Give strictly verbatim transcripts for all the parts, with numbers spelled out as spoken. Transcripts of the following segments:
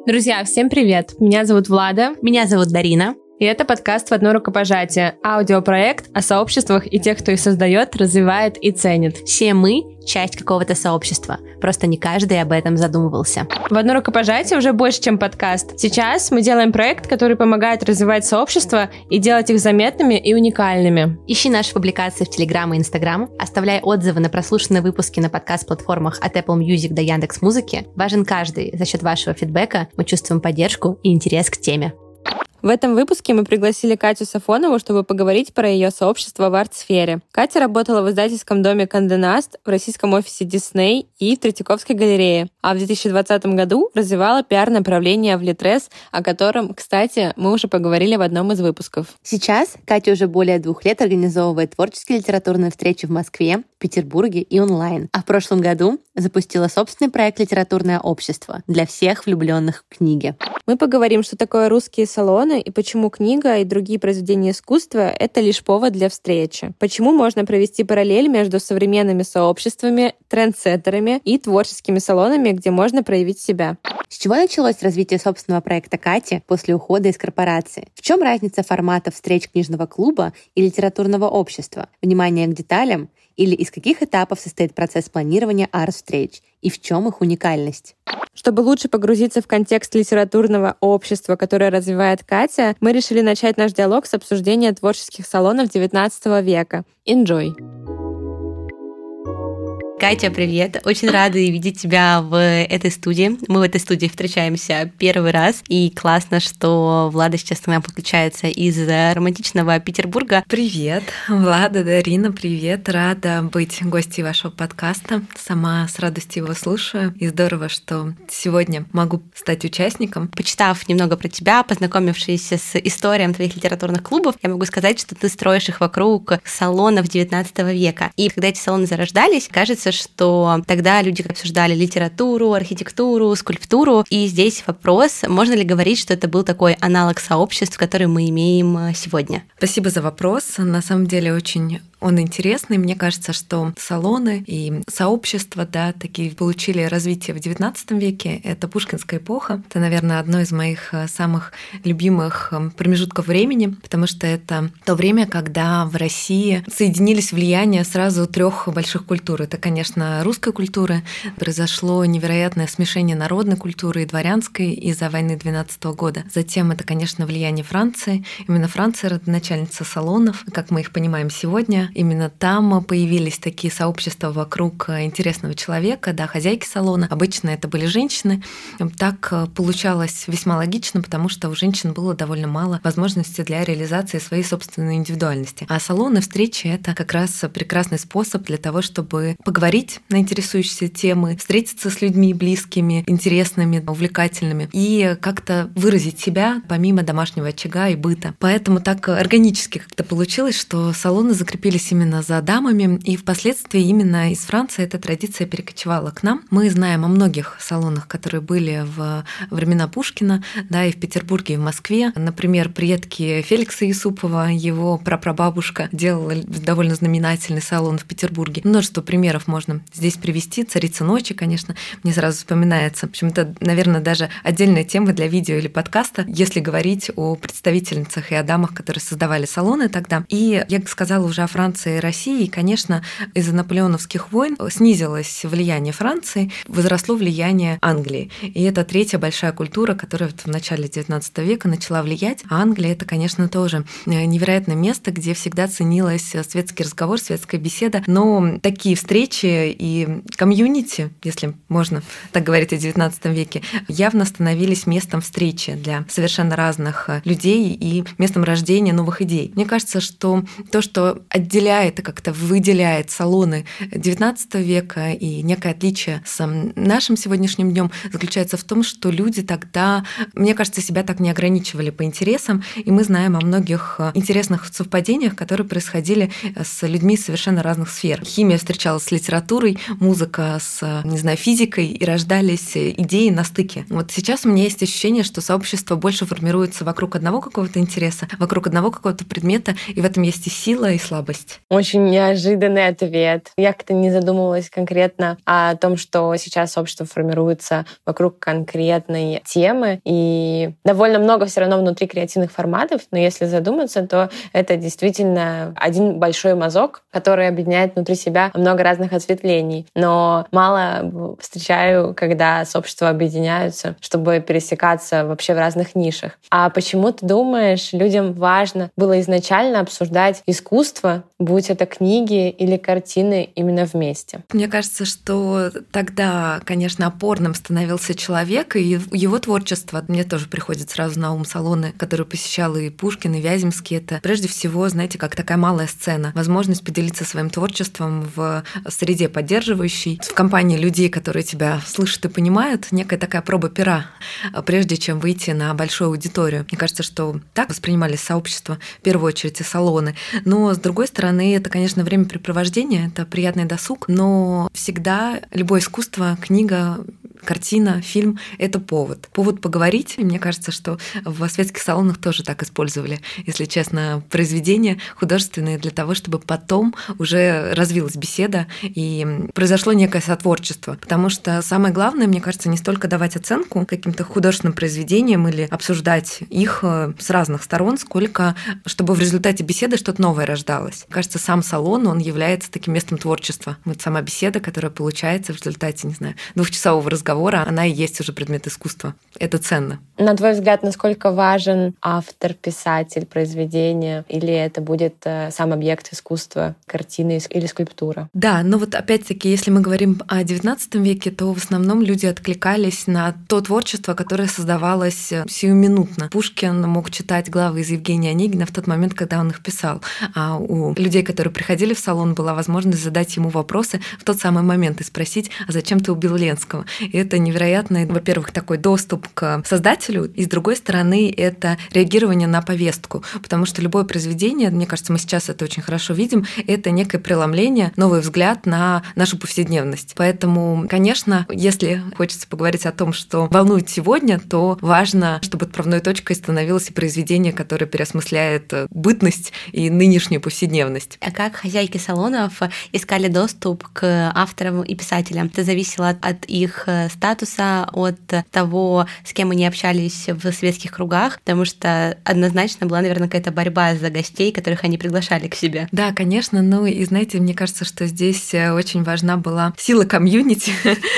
Друзья, всем привет! Меня зовут Влада. Меня зовут Дарина. И это подкаст «В одно рукопожатие» — аудиопроект о сообществах и тех, кто их создает, развивает и ценит. Все мы — часть какого-то сообщества, просто не каждый об этом задумывался. «В одно рукопожатие» уже больше, чем подкаст. Сейчас мы делаем проект, который помогает развивать сообщества и делать их заметными и уникальными. Ищи наши публикации в Telegram и Instagram, оставляй отзывы на прослушанные выпуски на подкаст-платформах от Apple Music до Яндекс.Музыки. Важен каждый. За счет вашего фидбэка мы чувствуем поддержку и интерес к теме. В этом выпуске мы пригласили Катю Сафонову, чтобы поговорить про ее сообщество в арт-сфере. Катя работала в издательском доме Condé Nast, в российском офисе Disney и в Третьяковской галерее. А в две тысячи двадцатом году развивала пиар-направление в Litres, о котором, кстати, мы уже поговорили в одном из выпусков. Сейчас Катя уже более двух лет организовывает творческие литературные встречи в Москве, Петербурге и онлайн. А в прошлом году запустила собственный проект «Литературное общество» для всех влюбленных в книги. Мы поговорим, что такое русские салоны и почему книга и другие произведения искусства — это лишь повод для встречи. Почему можно провести параллель между современными сообществами, трендсеттерами и творческими салонами, где можно проявить себя. С чего началось развитие собственного проекта Кати после ухода из корпорации? В чем разница формата встреч книжного клуба и литературного общества? Внимание к деталям? Или из каких этапов состоит процесс планирования арт-встреч? И в чем их уникальность? Чтобы лучше погрузиться в контекст литературного общества, которое развивает Катя, мы решили начать наш диалог с обсуждения творческих салонов девятнадцатого века. Enjoy! Катя, привет! Очень рада видеть тебя в этой студии. Мы в этой студии встречаемся первый раз, и классно, что Влада сейчас к нам подключается из романтичного Петербурга. Привет, Влада, Дарина, привет! Рада быть гостьей вашего подкаста. Сама с радостью его слушаю, и здорово, что сегодня могу стать участником. Почитав немного про тебя, познакомившись с историей твоих литературных клубов, я могу сказать, что ты строишь их вокруг салонов девятнадцатого века. И когда эти салоны зарождались, кажется, что тогда люди обсуждали литературу, архитектуру, скульптуру. И здесь вопрос, можно ли говорить, что это был такой аналог сообществ, который мы имеем сегодня? Спасибо за вопрос. На самом деле очень он интересный. Мне кажется, что салоны и сообщества, да, такие получили развитие в девятнадцатом веке. Это пушкинская эпоха. Это, наверное, одно из моих самых любимых промежутков времени, потому что это то время, когда в России соединились влияния сразу трех больших культур. Это, конечно, русской культуры. Произошло невероятное смешение народной культуры и дворянской из-за войны двенадцатого года. Затем это, конечно, влияние Франции. Именно Франция — родоначальница салонов, как мы их понимаем сегодня. Именно там появились такие сообщества вокруг интересного человека, да, хозяйки салона. Обычно это были женщины. Так получалось весьма логично, потому что у женщин было довольно мало возможностей для реализации своей собственной индивидуальности. А салоны, встречи — это как раз прекрасный способ для того, чтобы поговорить на интересующие темы, встретиться с людьми близкими, интересными, увлекательными и как-то выразить себя помимо домашнего очага и быта. Поэтому так органически как-то получилось, что салоны закрепились именно за дамами, и впоследствии именно из Франции эта традиция перекочевала к нам. Мы знаем о многих салонах, которые были в времена Пушкина, да, и в Петербурге, и в Москве. Например, предки Феликса Юсупова, его прапрабабушка делала довольно знаменательный салон в Петербурге. Множество примеров можно здесь привести. «Царица ночи», конечно, мне сразу вспоминается. В общем, это, наверное, даже отдельная тема для видео или подкаста, если говорить о представительницах и о дамах, которые создавали салоны тогда. И я сказала уже о Франции и России, и, конечно, из-за наполеоновских войн снизилось влияние Франции, возросло влияние Англии. И это третья большая культура, которая в начале девятнадцатого века начала влиять. А Англия — это, конечно, тоже невероятное место, где всегда ценилась светский разговор, светская беседа. Но такие встречи и комьюнити, если можно так говорить о девятнадцатом веке, явно становились местом встречи для совершенно разных людей и местом рождения новых идей. Мне кажется, что то, что отделяет и как-то выделяет салоны девятнадцатого века и некое отличие с нашим сегодняшним днем заключается в том, что люди тогда, мне кажется, себя так не ограничивали по интересам, и мы знаем о многих интересных совпадениях, которые происходили с людьми из совершенно разных сфер. Химия встречалась с литературой, музыка с, не знаю, физикой, и рождались идеи на стыке. Вот сейчас у меня есть ощущение, что сообщество больше формируется вокруг одного какого-то интереса, вокруг одного какого-то предмета, и в этом есть и сила, и слабость. есть. Очень неожиданный ответ. Я как-то не задумывалась конкретно о том, что сейчас сообщество формируется вокруг конкретной темы, и довольно много все равно внутри креативных форматов, но если задуматься, то это действительно один большой мазок, который объединяет внутри себя много разных ответвлений. Но мало встречаю, когда сообщества объединяются, чтобы пересекаться вообще в разных нишах. А почему ты думаешь, людям важно было изначально обсуждать искусство, будь это книги или картины, именно вместе? Мне кажется, что тогда, конечно, опорным становился человек и его творчество. Мне тоже приходит сразу на ум салоны, которые посещал и Пушкин, и Вяземский. Это прежде всего, знаете, как такая малая сцена. Возможность поделиться своим творчеством в среде поддерживающей, в компании людей, которые тебя слышат и понимают. Некая такая проба пера, прежде чем выйти на большую аудиторию. Мне кажется, что так воспринимались сообщества, в первую очередь и салоны. Но, с другой стороны, это, конечно, времяпрепровождение, это приятный досуг, но всегда любое искусство, книга, картина, фильм — это повод. Повод поговорить. И мне кажется, что в светских салонах тоже так использовали, если честно, произведения художественные для того, чтобы потом уже развилась беседа и произошло некое сотворчество. Потому что самое главное, мне кажется, не столько давать оценку каким-то художественным произведениям или обсуждать их с разных сторон, сколько чтобы в результате беседы что-то новое рождалось. Мне кажется, сам салон, он является таким местом творчества. Вот сама беседа, которая получается в результате, не знаю, двухчасового разговора, она и есть уже предмет искусства. Это ценно. На твой взгляд, насколько важен автор, писатель, произведение? Или это будет сам объект искусства, картина или скульптура? Да, но вот опять-таки, если мы говорим о девятнадцатом веке, то в основном люди откликались на то творчество, которое создавалось сиюминутно. Пушкин мог читать главы из Евгения Онегина в тот момент, когда он их писал. А у людей, которые приходили в салон, была возможность задать ему вопросы в тот самый момент и спросить, а зачем ты убил Ленского? И это невероятный, во-первых, такой доступ к создателю, и с другой стороны, это реагирование на повестку, потому что любое произведение, мне кажется, мы сейчас это очень хорошо видим, это некое преломление, новый взгляд на нашу повседневность. Поэтому, конечно, если хочется поговорить о том, что волнует сегодня, то важно, чтобы отправной точкой становилось и произведение, которое переосмысляет бытность и нынешнюю повседневность. А как хозяйки салонов искали доступ к авторам и писателям? Это зависело от их статуса, от того, с кем они общались в светских кругах, потому что однозначно была, наверное, какая-то борьба за гостей, которых они приглашали к себе. Да, конечно. Ну и знаете, мне кажется, что здесь очень важна была сила комьюнити.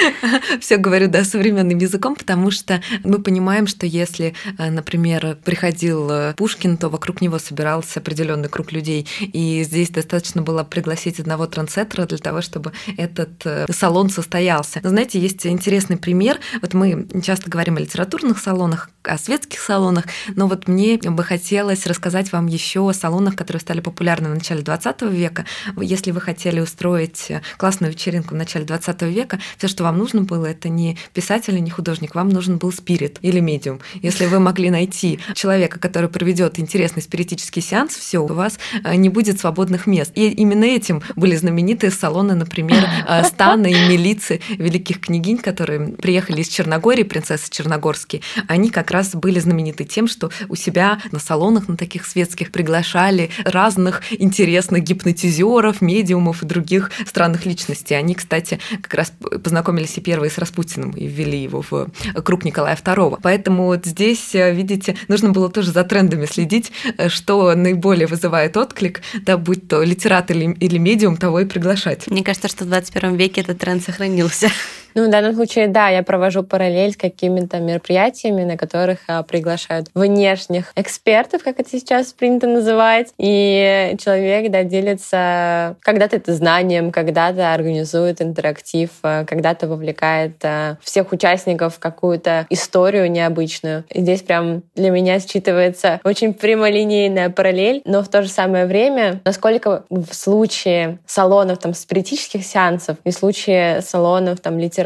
Все говорю, да, современным языком, потому что мы понимаем, что если, например, приходил Пушкин, то вокруг него собирался определенный круг людей, и здесь достаточно было пригласить одного трендсеттера для того, чтобы этот салон состоялся. Но, знаете, есть интересный пример. Вот мы часто говорим о литературных салонах, о светских салонах, но вот мне бы хотелось рассказать вам еще о салонах, которые стали популярны в начале двадцатого века. Если вы хотели устроить классную вечеринку в начале двадцатого века, все, что вам нужно было, это не писатель, не художник, вам нужен был спирит или медиум. Если вы могли найти человека, который проведет интересный спиритический сеанс, все, у вас не будет свободных мест. И именно этим были знаменитые салоны, например, Стана и Милицы, великих княгинь, которые приехали из Черногории, принцессы Черногорские. Они как раз были знамениты тем, что у себя на салонах, на таких светских, приглашали разных интересных гипнотизеров, медиумов и других странных личностей. Они, кстати, как раз познакомились и первые с Распутиным и ввели его в круг Николая второго. Поэтому вот здесь, видите, нужно было тоже за трендами следить, что наиболее вызывает отклик, да, будь то литератор или, или медиум, того и приглашать. Мне кажется, что в двадцать первом веке этот тренд сохранился. Ну, в данном случае, да, я провожу параллель с какими-то мероприятиями, на которых а, приглашают внешних экспертов, как это сейчас принято называть, и человек, да, делится когда-то это знанием, когда-то организует интерактив, когда-то вовлекает а, всех участников в какую-то историю необычную. И здесь прям для меня считывается очень прямолинейная параллель, но в то же самое время, насколько в случае салонов там спиритических сеансов и в случае салонов там литературы,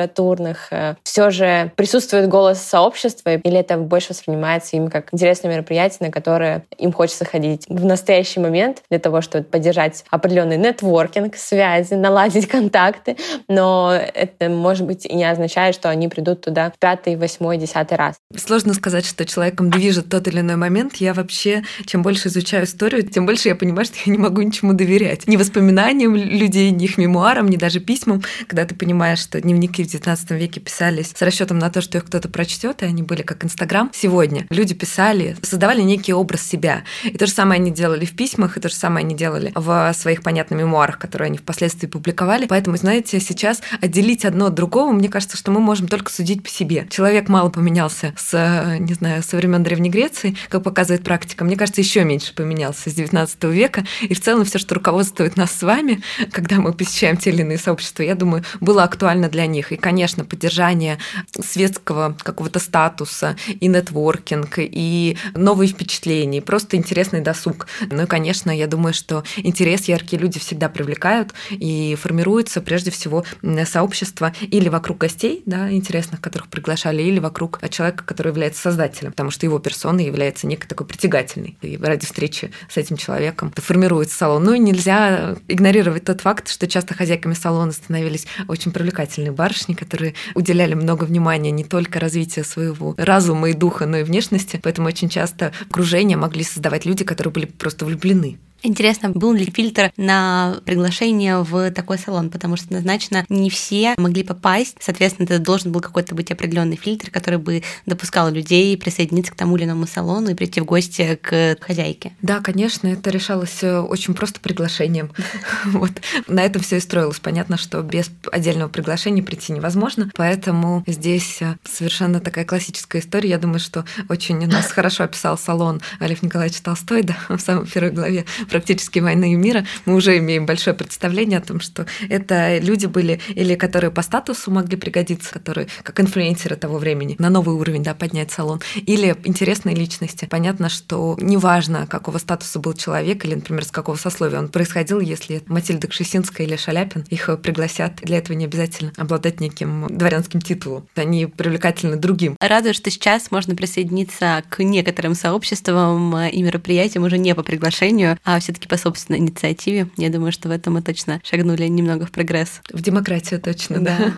литературных, все же присутствует голос сообщества, или это больше воспринимается им как интересное мероприятие, на которое им хочется ходить в настоящий момент для того, чтобы поддержать определенный нетворкинг, связи, наладить контакты, но это, может быть, и не означает, что они придут туда в пятый, восьмой, десятый раз. Сложно сказать, что человеком движет тот или иной момент. Я вообще, чем больше изучаю историю, тем больше я понимаю, что я не могу ничему доверять. Ни воспоминаниям людей, ни их мемуарам, ни даже письмам. Когда ты понимаешь, что дневники в девятнадцатом веке писались с расчетом на то, что их кто-то прочтет, и они были как Инстаграм. Сегодня люди писали, создавали некий образ себя. И то же самое они делали в письмах, и то же самое они делали в своих, понятно, мемуарах, которые они впоследствии публиковали. Поэтому, знаете, сейчас отделить одно от другого, мне кажется, что мы можем только судить по себе. Человек мало поменялся с, не знаю, со времен Древней Греции, как показывает практика. Мне кажется, еще меньше поменялся с девятнадцатого века. И в целом все, что руководствует нас с вами, когда мы посещаем те или иные сообщества, я думаю, было актуально для них. И, конечно, поддержание светского какого-то статуса, и нетворкинг, и новые впечатления, просто интересный досуг. Ну и, конечно, я думаю, что интерес яркие люди всегда привлекают, и формируется прежде всего сообщество или вокруг гостей, да, интересных, которых приглашали, или вокруг человека, который является создателем, потому что его персона является некой такой притягательной. И ради встречи с этим человеком формируется салон. Ну и нельзя игнорировать тот факт, что часто хозяйками салона становились очень привлекательные барышни, которые уделяли много внимания не только развитию своего разума и духа, но и внешности. Поэтому очень часто окружение могли создавать люди, которые были просто влюблены. Интересно, был ли фильтр на приглашение в такой салон, потому что однозначно не все могли попасть, соответственно, это должен был какой-то быть определенный фильтр, который бы допускал людей присоединиться к тому или иному салону и прийти в гости к хозяйке. Да, конечно, это решалось очень просто приглашением. Вот. На этом все и строилось. Понятно, что без отдельного приглашения прийти невозможно, поэтому здесь совершенно такая классическая история. Я думаю, что очень нас хорошо описал салон Лев Николаевич Толстой, да, в самой первой главе практически «Войны и мира», мы уже имеем большое представление о том, что это люди были, или которые по статусу могли пригодиться, которые как инфлюенсеры того времени на новый уровень, да, поднять салон, или интересные личности. Понятно, что неважно, какого статуса был человек, или, например, с какого сословия он происходил, если Матильда Кшесинская или Шаляпин, их пригласят, для этого не обязательно обладать неким дворянским титулом. Они привлекательны другим. Радует, что сейчас можно присоединиться к некоторым сообществам и мероприятиям уже не по приглашению, а все-таки по собственной инициативе. Я думаю, что в этом мы точно шагнули немного в прогресс. В демократию точно, да. да.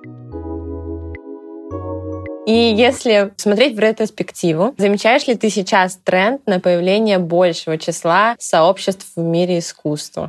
И если смотреть в ретроспективу, замечаешь ли ты сейчас тренд на появление большего числа сообществ в мире искусства?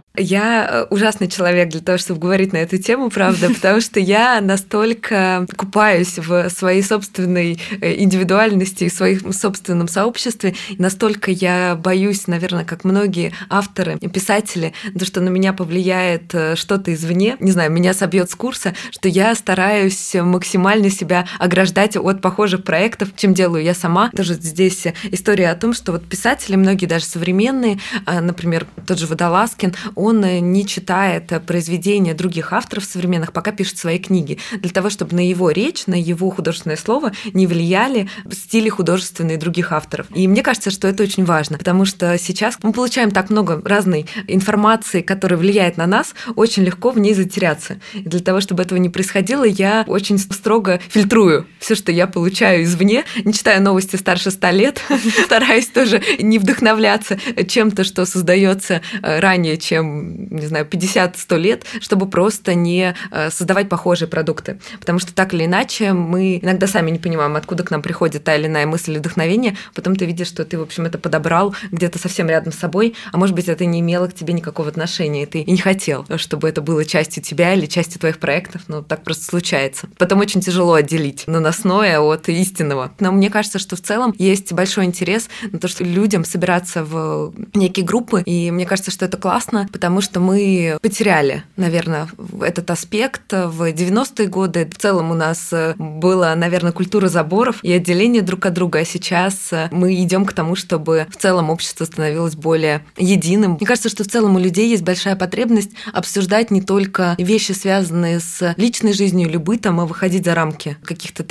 Я ужасный человек для того, чтобы говорить на эту тему, правда, потому что я настолько купаюсь в своей собственной индивидуальности и в своем собственном сообществе, настолько я боюсь, наверное, как многие авторы и писатели, то, что на меня повлияет что-то извне, не знаю, меня собьет с курса, что я стараюсь максимально себя ограждать от похожих проектов, чем делаю я сама. Тоже здесь история о том, что вот писатели, многие даже современные, например, тот же Водолазкин, он не читает произведения других авторов современных, пока пишет свои книги, для того, чтобы на его речь, на его художественное слово не влияли стили художественные других авторов. И мне кажется, что это очень важно, потому что сейчас мы получаем так много разной информации, которая влияет на нас, очень легко в ней затеряться. И для того, чтобы этого не происходило, я очень строго фильтрую все, что я получаю извне, не читаю новости старше ста лет, стараюсь тоже не вдохновляться чем-то, что создается ранее, чем, не знаю, пятьдесят-сто лет, чтобы просто не создавать похожие продукты. Потому что так или иначе мы иногда сами не понимаем, откуда к нам приходит та или иная мысль или вдохновение, потом ты видишь, что ты, в общем, это подобрал где-то совсем рядом с собой, а может быть, это не имело к тебе никакого отношения, и ты и не хотел, чтобы это было частью тебя или частью твоих проектов, но так просто случается. Потом очень тяжело отделить наносное от истинного. Но мне кажется, что в целом есть большой интерес на то, что людям собираться в некие группы, и мне кажется, что это классно, потому что мы потеряли, наверное, этот аспект в девяностые годы. В целом у нас была, наверное, культура заборов и отделения друг от друга, а сейчас мы идем к тому, чтобы в целом общество становилось более единым. Мне кажется, что в целом у людей есть большая потребность обсуждать не только вещи, связанные с личной жизнью или бытом, а выходить за рамки каких-то таких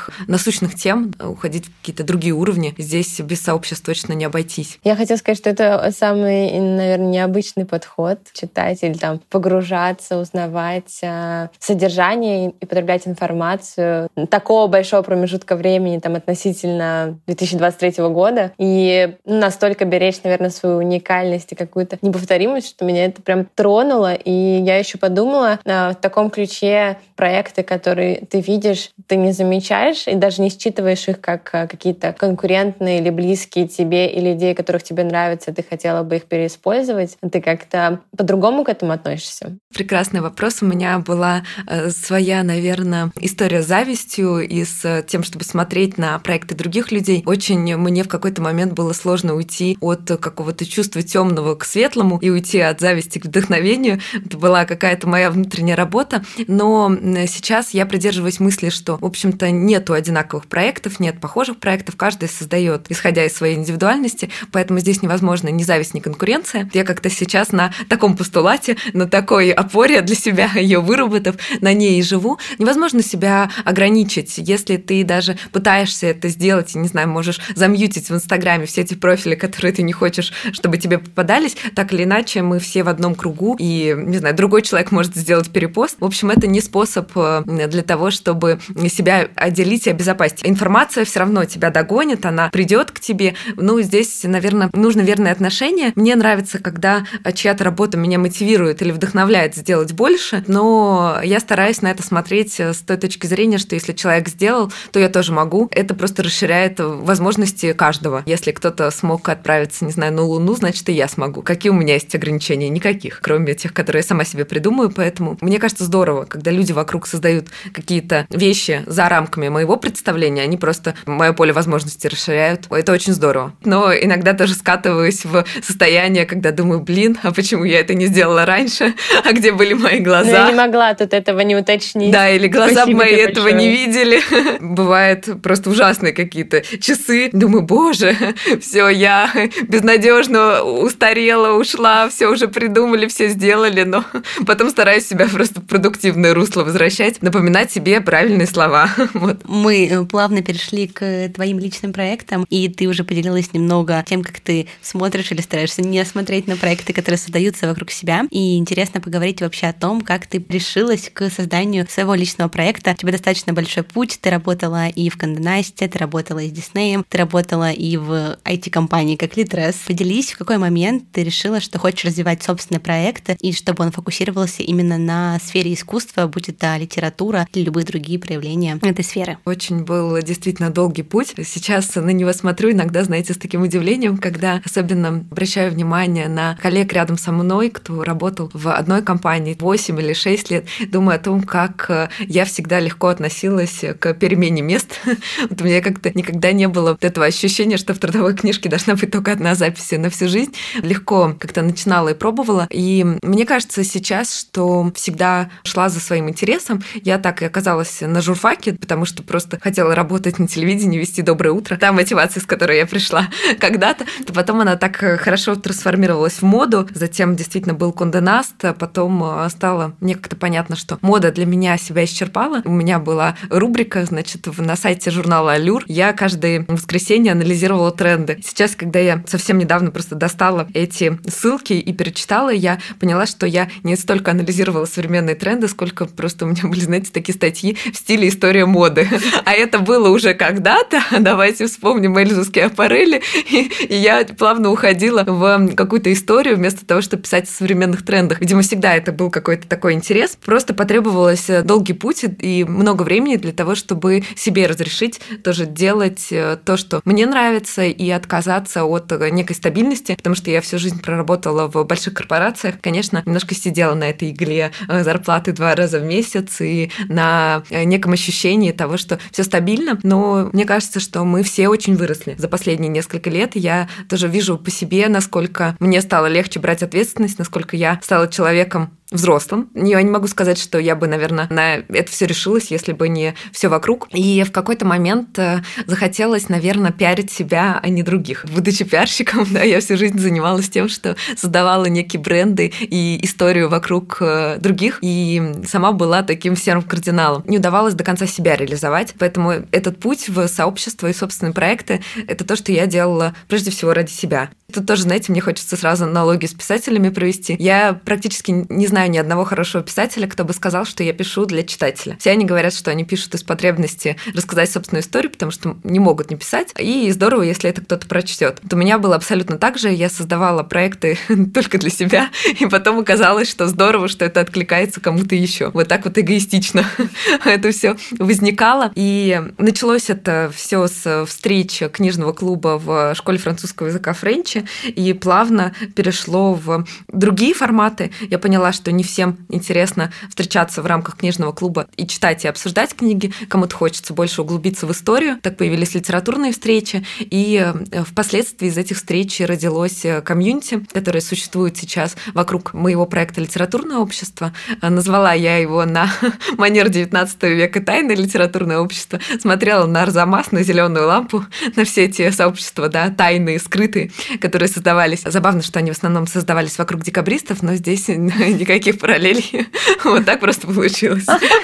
таких насущных тем, уходить в какие-то другие уровни. Здесь без сообществ точно не обойтись. Я хотела сказать, что это самый, наверное, необычный подход — читать или там погружаться, узнавать э, содержание и потреблять информацию такого большого промежутка времени там, относительно две тысячи двадцать третьего года. И настолько беречь, наверное, свою уникальность и какую-то неповторимость, что меня это прям тронуло. И я еще подумала, э, в таком ключе проекты, которые ты видишь, ты не замечаешь и даже не считываешь их как э, какие-то конкурентные или близкие тебе, или идеи, которых тебе нравятся, ты хотела бы их переиспользовать. Ты как-то по-другому к этому относишься? Прекрасный вопрос. У меня была э, своя, наверное, история с завистью и с тем, чтобы смотреть на проекты других людей. Очень мне в какой-то момент было сложно уйти от какого-то чувства темного к светлому и уйти от зависти к вдохновению. Это была какая-то моя внутренняя работа. Но сейчас я придерживаюсь мысли, что, в общем-то, нету одинаковых проектов, нет похожих проектов, каждый создает, исходя из своей индивидуальности, поэтому здесь невозможно ни зависть, ни конкуренция. Я как-то сейчас на таком постулате, на такой опоре для себя, ее выработав, на ней и живу. Невозможно себя ограничить, если ты даже пытаешься это сделать, и, не знаю, можешь замьютить в Инстаграме все эти профили, которые ты не хочешь, чтобы тебе попадались, так или иначе мы все в одном кругу, и, не знаю, другой человек может сделать перепост. В общем, это не способ для того, чтобы себя отделить и обезопасить. Информация все равно тебя догонит, она придет к тебе. Ну, здесь, наверное, нужно верное отношение. Мне нравится, когда чья-то работа меня мотивирует или вдохновляет сделать больше, но я стараюсь на это смотреть с той точки зрения, что если человек сделал, то я тоже могу. Это просто расширяет возможности каждого. Если кто-то смог отправиться, не знаю, на Луну, значит, и я смогу. Какие у меня есть ограничения? Никаких, кроме тех, которые я сама себе придумаю. Поэтому мне кажется здорово, когда люди вокруг создают какие-то вещи за рамками моего представления, они просто мое поле возможностей расширяют. Это очень здорово. Но иногда тоже скатываюсь в состояние, когда думаю, блин, а почему я это не сделала раньше? А где были мои глаза? Но я не могла тут этого не уточнить. Да, или глаза Спасибо мои тебе этого большое. не видели. Бывают просто ужасные какие-то часы. Думаю, боже, все, я безнадежно устарела, ушла, все уже придумали, все сделали, но потом стараюсь себя просто в продуктивное русло возвращать, напоминать себе правильные слова. Вот. Мы плавно перешли к твоим личным проектам, и ты уже поделилась немного тем, как ты смотришь или стараешься не смотреть на проекты, которые создаются вокруг себя. И интересно поговорить вообще о том, как ты решилась к созданию своего личного проекта. У тебя достаточно большой путь. Ты работала и в Condé Nast, ты работала и с Диснеем, ты работала и в ай ти-компании как Litres. Поделись, в какой момент ты решила, что хочешь развивать собственный проект, и чтобы он фокусировался именно на сфере искусства, будь это литература или любые другие проявления этой сферы. Очень был действительно долгий путь. Сейчас на него смотрю иногда, знаете, с таким удивлением, когда особенно обращаю внимание на коллег рядом со мной, кто работал в одной компании восемь или шесть лет, думаю о том, как я всегда легко относилась к перемене мест. Вот у меня как-то никогда не было вот этого ощущения, что в трудовой книжке должна быть только одна запись на всю жизнь. Легко как-то начинала и пробовала. И мне кажется сейчас, что всегда шла за своим интересом. Я так и оказалась на журфаке, потому что просто хотела работать на телевидении, вести «Доброе утро». Та мотивация, с которой я пришла когда-то, то потом она так хорошо трансформировалась в моду. Затем действительно был Condé Nast, а потом стало мне как-то понятно, что мода для меня себя исчерпала. У меня была рубрика, значит, на сайте журнала «Allure». Я каждое воскресенье анализировала тренды. Сейчас, когда я совсем недавно просто достала эти ссылки и перечитала, я поняла, что я не столько анализировала современные тренды, сколько просто у меня были, знаете, такие статьи в стиле «История моды». А это было уже когда-то. Давайте вспомним Эльзу Скиапарелли. И, и я плавно уходила в какую-то историю вместо того, чтобы писать о современных трендах. Видимо, всегда это был какой-то такой интерес. Просто потребовалось долгий путь и много времени для того, чтобы себе разрешить тоже делать то, что мне нравится, и отказаться от некой стабильности, потому что я всю жизнь проработала в больших корпорациях. Конечно, немножко сидела на этой игле зарплаты два раза в месяц и на неком ощущении того, что все стабильно, но мне кажется, что мы все очень выросли за последние несколько лет. Я тоже вижу по себе, насколько мне стало легче брать ответственность, насколько я стала человеком взрослым. Я не могу сказать, что я бы, наверное, на это все решилась, если бы не все вокруг. И в какой-то момент захотелось, наверное, пиарить себя, а не других. Будучи пиарщиком, да, я всю жизнь занималась тем, что создавала некие бренды и историю вокруг других, и сама была таким серым кардиналом. Не удавалось до конца себя реализовать, поэтому этот путь в сообщество и собственные проекты — это то, что я делала прежде всего ради себя. Тут тоже, знаете, мне хочется сразу аналогию с писателями провести. Я практически не знаю ни одного хорошего писателя, кто бы сказал, что я пишу для читателя. Все они говорят, что они пишут из потребности рассказать собственную историю, потому что не могут не писать, и здорово, если это кто-то прочтет. Вот у меня было абсолютно так же. Я создавала проекты только для себя, и потом оказалось, что здорово, что это откликается кому-то еще. Вот так вот эгоистично это все возникало. И началось это все с встречи книжного клуба в школе французского языка Френчи, и плавно перешло в другие форматы. Я поняла, что не всем интересно встречаться в рамках книжного клуба и читать, и обсуждать книги. Кому-то хочется больше углубиться в историю. Так появились литературные встречи, и впоследствии из этих встреч родилось комьюнити, которое существует сейчас вокруг моего проекта «Литературное общество». Назвала я его на манер девятнадцатого века «Тайное литературное общество». Смотрела на Арзамас, на зеленую лампу, на все эти сообщества, да, тайные, скрытые, которые создавались. Забавно, что они в основном создавались вокруг декабристов, но здесь никаких параллелей. Вот так просто получилось.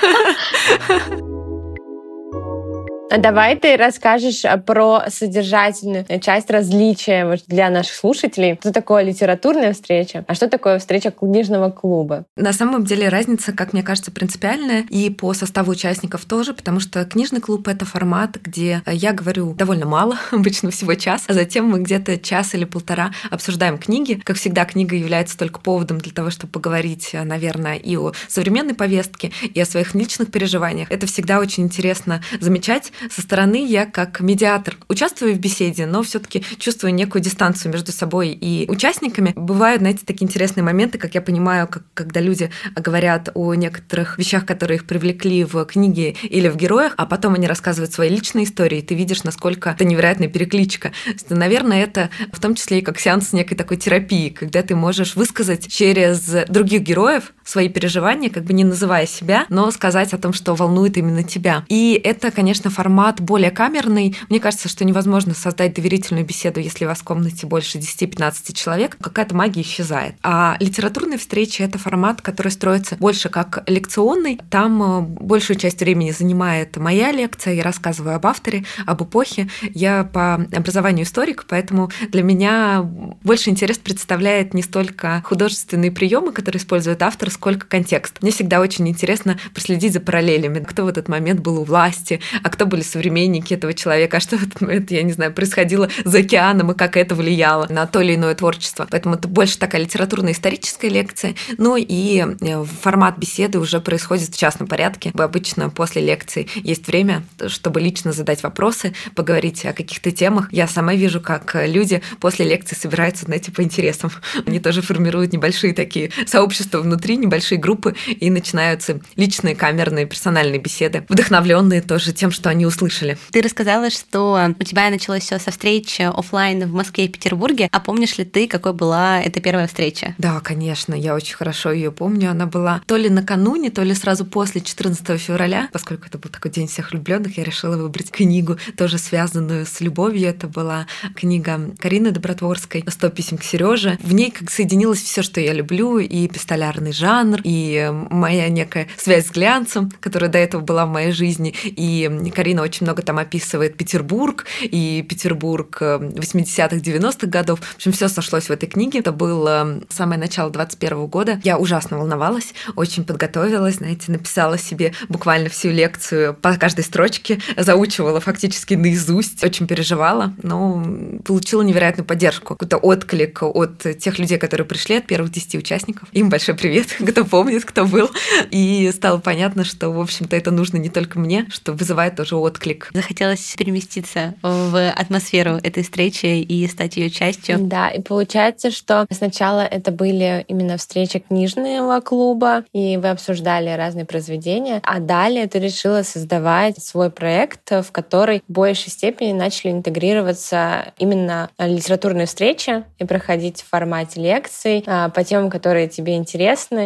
Давай ты расскажешь про содержательную часть различия для наших слушателей. Что такое литературная встреча, а что такое встреча книжного клуба? На самом деле разница, как мне кажется, принципиальная, и по составу участников тоже, потому что книжный клуб — это формат, где я говорю довольно мало, обычно всего час, а затем мы где-то час или полтора обсуждаем книги. Как всегда, книга является только поводом для того, чтобы поговорить, наверное, и о современной повестке, и о своих личных переживаниях. Это всегда очень интересно замечать. Со стороны я как медиатор участвую в беседе, но все-таки чувствую некую дистанцию между собой и участниками. Бывают, знаете, такие интересные моменты, как я понимаю, как, когда люди говорят о некоторых вещах, которые их привлекли в книге или в героях, а потом они рассказывают свои личные истории, и ты видишь, насколько это невероятная перекличка. Наверное, это в том числе и как сеанс некой такой терапии, когда ты можешь высказать через других героев свои переживания, как бы не называя себя, но сказать о том, что волнует именно тебя. И это, конечно, формат более камерный. Мне кажется, что невозможно создать доверительную беседу, если у вас в комнате больше десять-пятнадцать человек. Какая-то магия исчезает. А литературные встречи — это формат, который строится больше как лекционный. Там большую часть времени занимает моя лекция. Я рассказываю об авторе, об эпохе. Я по образованию историк, поэтому для меня больше интерес представляет не столько художественные приемы, которые использует автор, сколько контекст. Мне всегда очень интересно проследить за параллелями. Кто в этот момент был у власти, а кто были современники этого человека, а что в этот момент, я не знаю, происходило за океаном, и как это влияло на то или иное творчество. Поэтому это больше такая литературно-историческая лекция. Ну и формат беседы уже происходит в частном порядке. Обычно после лекции есть время, чтобы лично задать вопросы, поговорить о каких-то темах. Я сама вижу, как люди после лекции собираются, знаете, по интересам. Они тоже формируют небольшие такие сообщества внутри, небольшие группы, и начинаются личные, камерные, персональные беседы, вдохновленные тоже тем, что они услышали. Ты рассказала, что у тебя началось все со встречи офлайн в Москве и Петербурге. А помнишь ли ты, какой была эта первая встреча? Да, конечно, я очень хорошо ее помню. Она была то ли накануне, то ли сразу после четырнадцатого февраля. Поскольку это был такой день всех влюбленных, я решила выбрать книгу, тоже связанную с любовью. Это была книга Карины Добротворской «сто писем к Сереже». В ней как соединилось все, что я люблю, и эпистолярный жанр, и моя некая связь с глянцем, которая до этого была в моей жизни. И Карина очень много там описывает Петербург, и Петербург восьмидесятых, девяностых годов. В общем, все сошлось в этой книге. Это было самое начало двадцать первого года. Я ужасно волновалась, очень подготовилась, знаете, написала себе буквально всю лекцию по каждой строчке, заучивала фактически наизусть, очень переживала, но получила невероятную поддержку, какой-то отклик от тех людей, которые пришли, от первых десяти участников. Им большой привет, кто помнит, кто был. И стало понятно, что, в общем-то, это нужно не только мне, что вызывает тоже отклик. Захотелось переместиться в атмосферу этой встречи и стать ее частью. Да, и получается, что сначала это были именно встречи книжного клуба, и вы обсуждали разные произведения, а далее ты решила создавать свой проект, в который в большей степени начали интегрироваться именно литературные встречи и проходить в формате лекций по темам, которые тебе интересны.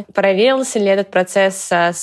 Параллелился ли этот процесс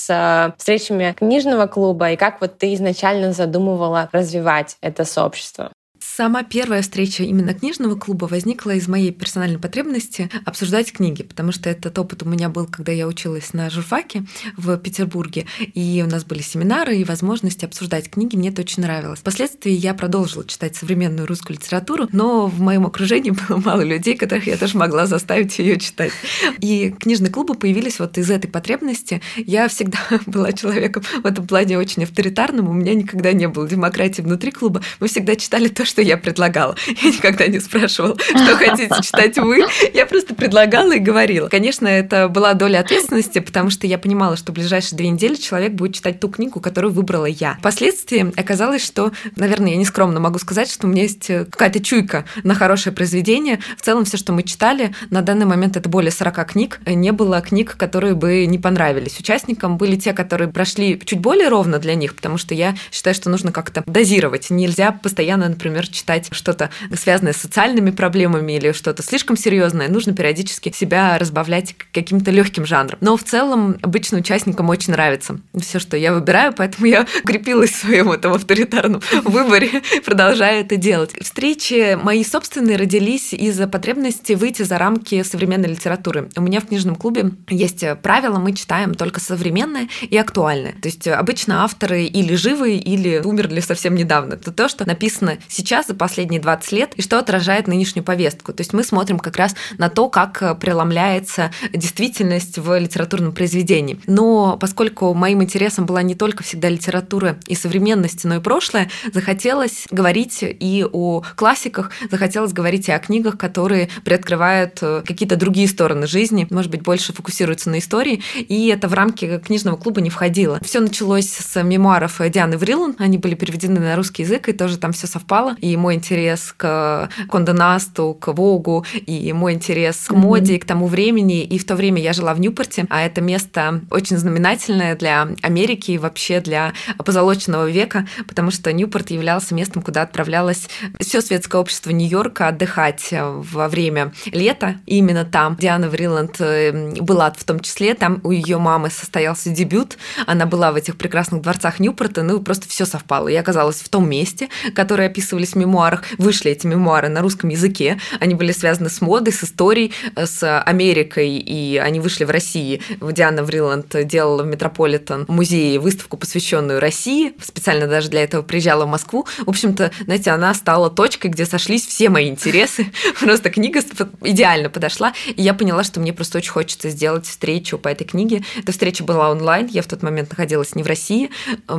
с встречами книжного клуба, и как вот ты изначально задумывала развивать это сообщество? Сама первая встреча именно книжного клуба возникла из моей персональной потребности обсуждать книги, потому что этот опыт у меня был, когда я училась на журфаке в Петербурге, и у нас были семинары и возможности обсуждать книги, мне это очень нравилось. Впоследствии я продолжила читать современную русскую литературу, но в моем окружении было мало людей, которых я тоже могла заставить ее читать. И книжные клубы появились вот из этой потребности. Я всегда была человеком в этом плане очень авторитарным, у меня никогда не было демократии внутри клуба, мы всегда читали то, что я предлагала. Я никогда не спрашивала, что хотите читать вы. Я просто предлагала и говорила. Конечно, это была доля ответственности, потому что я понимала, что в ближайшие две недели человек будет читать ту книгу, которую выбрала я. Впоследствии оказалось, что, наверное, я нескромно могу сказать, что у меня есть какая-то чуйка на хорошее произведение. В целом, все, что мы читали, на данный момент это более сорока книг. Не было книг, которые бы не понравились участникам. Были те, которые прошли чуть более ровно для них, потому что я считаю, что нужно как-то дозировать. Нельзя постоянно, например, читать что-то связанное с социальными проблемами или что-то слишком серьезное, нужно периодически себя разбавлять каким-то легким жанром. Но в целом обычно участникам очень нравится все, что я выбираю, поэтому я укрепилась в своем этом авторитарном выборе, продолжаю это делать. Встречи мои собственные родились из-за потребности выйти за рамки современной литературы. У меня в книжном клубе есть правило, мы читаем только современное и актуальное. То есть обычно авторы или живы, или умерли совсем недавно. Это то, что написано сейчас за последние двадцать лет и что отражает нынешнюю повестку. То есть мы смотрим как раз на то, как преломляется действительность в литературном произведении. Но поскольку моим интересом была не только всегда литература и современность, но и прошлое, захотелось говорить и о классиках, захотелось говорить и о книгах, которые приоткрывают какие-то другие стороны жизни, может быть, больше фокусируются на истории, и это в рамки книжного клуба не входило. Все началось с мемуаров Дианы Вриланд, они были переведены на русский язык, и тоже там все совпало. И мой интерес к Кондэ Насту, к Вогу, и мой интерес к моде, mm-hmm. к тому времени. И в то время я жила в Ньюпорте, а это место очень знаменательное для Америки и вообще для позолоченного века, потому что Ньюпорт являлся местом, куда отправлялось все светское общество Нью-Йорка отдыхать во время лета. И именно там Диана Вриланд была в том числе, там у ее мамы состоялся дебют, она была в этих прекрасных дворцах Ньюпорта, ну и просто все совпало. Я оказалась в том месте, которое описывались в мемуарах. Вышли эти мемуары на русском языке, они были связаны с модой, с историей, с Америкой, и они вышли в России. Диана Вриланд делала в Метрополитен музее выставку, посвященную России, специально даже для этого приезжала в Москву. В общем-то, знаете, она стала точкой, где сошлись все мои интересы. Просто книга идеально подошла, и я поняла, что мне просто очень хочется сделать встречу по этой книге. Эта встреча была онлайн, я в тот момент находилась не в России,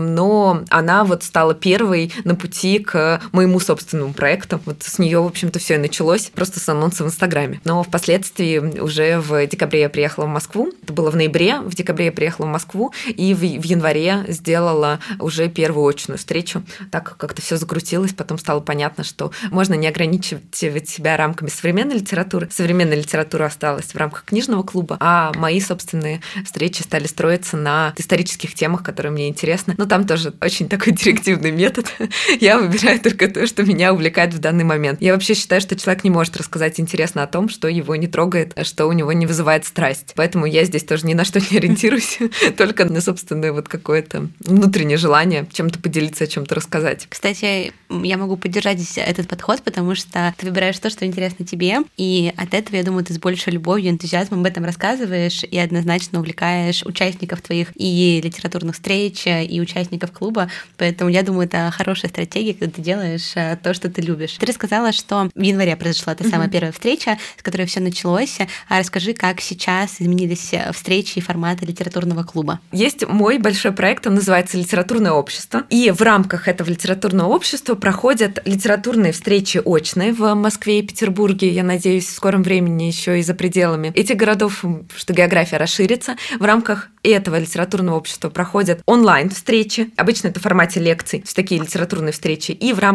но она вот стала первой на пути к моему собственному проекту. Вот с нее, в общем-то, все и началось, просто с анонса в Инстаграме. Но впоследствии уже в декабре я приехала в Москву. Это было в ноябре. В декабре я приехала в Москву и в, в январе сделала уже первую очную встречу. Так как-то все закрутилось, потом стало понятно, что можно не ограничивать себя рамками современной литературы. Современная литература осталась в рамках книжного клуба, а мои собственные встречи стали строиться на исторических темах, которые мне интересны. Но там тоже очень такой директивный метод. Я выбираю только то, что меня увлекает в данный момент. Я вообще считаю, что человек не может рассказать интересно о том, что его не трогает, что у него не вызывает страсть. Поэтому я здесь тоже ни на что не ориентируюсь, только на собственное вот какое-то внутреннее желание чем-то поделиться, о чем-то рассказать. Кстати, я могу поддержать здесь этот подход, потому что ты выбираешь то, что интересно тебе, и от этого, я думаю, ты с большей любовью, энтузиазмом об этом рассказываешь и однозначно увлекаешь участников твоих и литературных встреч, и участников клуба. Поэтому я думаю, это хорошая стратегия, когда ты делаешь то, что ты любишь. Ты рассказала, что в январе произошла та самая mm-hmm. первая встреча, с которой все началось. А расскажи, как сейчас изменились встречи и форматы литературного клуба. Есть мой большой проект, он называется «Литературное общество». И в рамках этого литературного общества проходят литературные встречи очные в Москве и Петербурге. Я надеюсь, в скором времени еще и за пределами этих городов, что география расширится. В рамках этого литературного общества проходят онлайн-встречи. Обычно это в формате лекций, то есть такие литературные встречи. И в рамках этого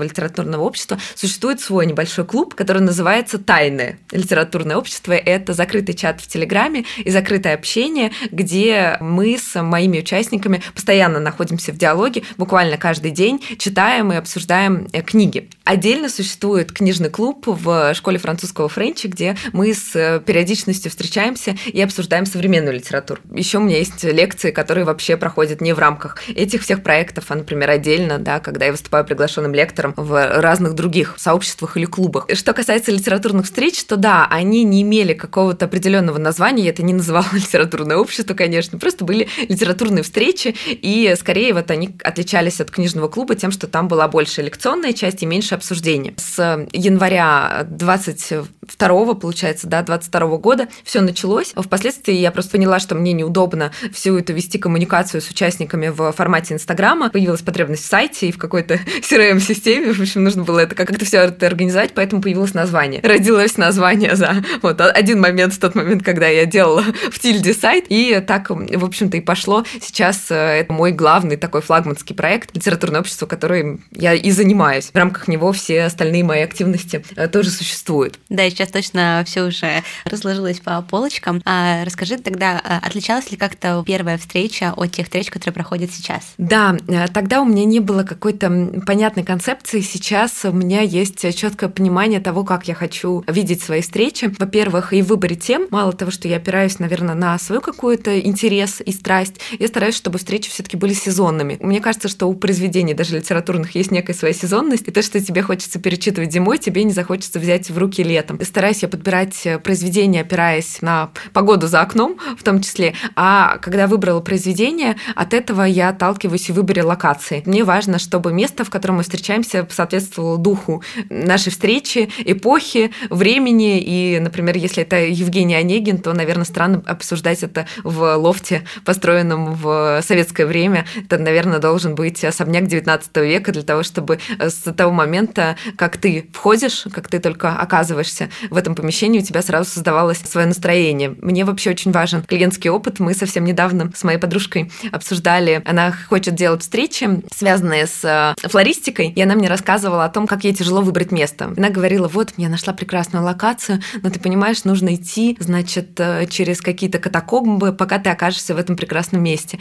этого литературного общества существует свой небольшой клуб, который называется «Тайное литературное общество». Это закрытый чат в Телеграме и закрытое общение, где мы с моими участниками постоянно находимся в диалоге, буквально каждый день читаем и обсуждаем книги. Отдельно существует книжный клуб в школе французского френча, где мы с периодичностью встречаемся и обсуждаем современную литературу. Еще у меня есть лекции, которые вообще проходят не в рамках этих всех проектов, а, например, отдельно, да, когда я выступаю приглашенным лектором в разных других сообществах или клубах. Что касается литературных встреч, то да, они не имели какого-то определенного названия, я это не называла литературное общество, конечно, просто были литературные встречи, и скорее вот они отличались от книжного клуба тем, что там была больше лекционная часть и меньше обсуждения. С января двадцать второго, получается, да, двадцать второго года все началось. Впоследствии я просто поняла, что мне неудобно всю эту вести коммуникацию с участниками в формате Инстаграма. Появилась потребность в сайте и в какой-то си эр эм-системе. В общем, нужно было это как-то все это организовать, поэтому появилось название. Родилось название за вот один момент, в тот момент, когда я делала в Тильде сайт. И так, в общем-то, и пошло. Сейчас это мой главный такой флагманский проект «Литературное общество», которым я и занимаюсь. В рамках него все остальные мои активности тоже существуют. Да, сейчас точно все уже разложилось по полочкам. А расскажи тогда, отличалась ли как-то первая встреча от тех встреч, которые проходят сейчас? Да, тогда у меня не было какой-то понятной концепции. Сейчас у меня есть четкое понимание того, как я хочу видеть свои встречи. Во-первых, и в выборе тем. Мало того, что я опираюсь, наверное, на свой какой-то интерес и страсть, я стараюсь, чтобы встречи все-таки были сезонными. Мне кажется, что у произведений, даже литературных, есть некая своя сезонность, и то, что тебе хочется перечитывать зимой, тебе не захочется взять в руки летом. Стараюсь я подбирать произведения, опираясь на погоду за окном, в том числе. А когда выбрала произведение, от этого я отталкиваюсь в выборе локации. Мне важно, чтобы место, в котором мы встречаемся, соответствовало духу нашей встречи, эпохи, времени. И, например, если это Евгений Онегин, то, наверное, странно обсуждать это в лофте, построенном в советское время. Это, наверное, должен быть особняк девятнадцатого века для того, чтобы с того момента, как ты входишь, как ты только оказываешься в этом помещении, у тебя сразу создавалось свое настроение. Мне вообще очень важен клиентский опыт. Мы совсем недавно с моей подружкой обсуждали, она хочет делать встречи, связанные с флористикой, и она мне рассказывала о том, как ей тяжело выбрать место. Она говорила: вот, я нашла прекрасную локацию, но ты понимаешь, нужно идти, значит, через какие-то катакомбы, пока ты окажешься в этом прекрасном месте.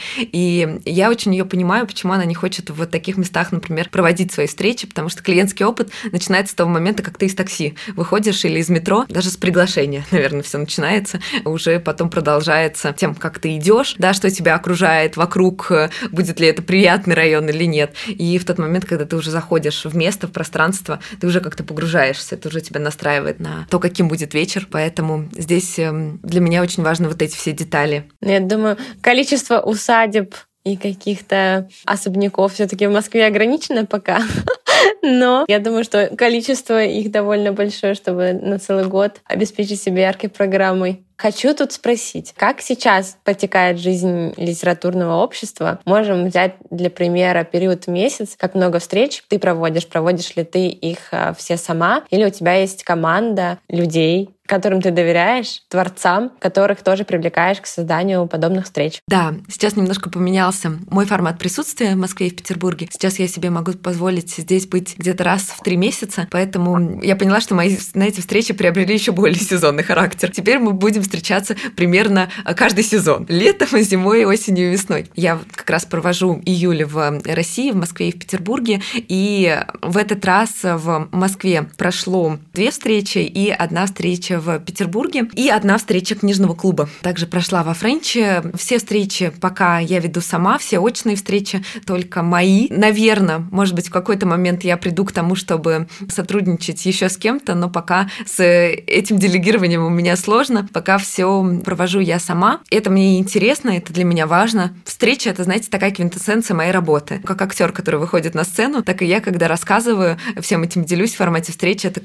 И я очень ее понимаю, почему она не хочет в таких местах, например, проводить свои встречи, потому что клиентский опыт начинается с того момента, как ты из такси выходишь или из метро, даже с приглашения, наверное, все начинается, уже потом продолжается тем, как ты идешь, да, что тебя окружает вокруг, будет ли это приятный район или нет. И в тот момент, когда ты уже заходишь в место, в пространство, ты уже как-то погружаешься, это уже тебя настраивает на то, каким будет вечер. Поэтому здесь для меня очень важны вот эти все детали. Я думаю, количество усадеб и каких-то особняков все-таки в Москве ограничено пока. Но я думаю, что количество их довольно большое, чтобы на целый год обеспечить себе яркой программой. Хочу тут спросить, как сейчас протекает жизнь литературного общества? Можем взять для примера период месяц, как много встреч ты проводишь, проводишь ли ты их все сама, или у тебя есть команда людей, которым ты доверяешь, творцам, которых тоже привлекаешь к созданию подобных встреч. Да, сейчас немножко поменялся мой формат присутствия в Москве и в Петербурге. Сейчас я себе могу позволить здесь быть где-то раз в три месяца, поэтому я поняла, что мои на эти встречи приобрели еще более сезонный характер. Теперь мы будем встречаться примерно каждый сезон. Летом, зимой, осенью и весной. Я как раз провожу июль в России, в Москве и в Петербурге, и в этот раз в Москве прошло две встречи и одна встреча в Петербурге и одна встреча книжного клуба. Также прошла во Френче. Все встречи пока я веду сама, все очные встречи только мои. Наверное, может быть, в какой-то момент я приду к тому, чтобы сотрудничать еще с кем-то, но пока с этим делегированием у меня сложно. Пока все провожу я сама. Это мне интересно, это для меня важно. Встреча — это, знаете, такая квинтэссенция моей работы. Как актер, который выходит на сцену, так и я, когда рассказываю, всем этим делюсь в формате встречи, это какой-то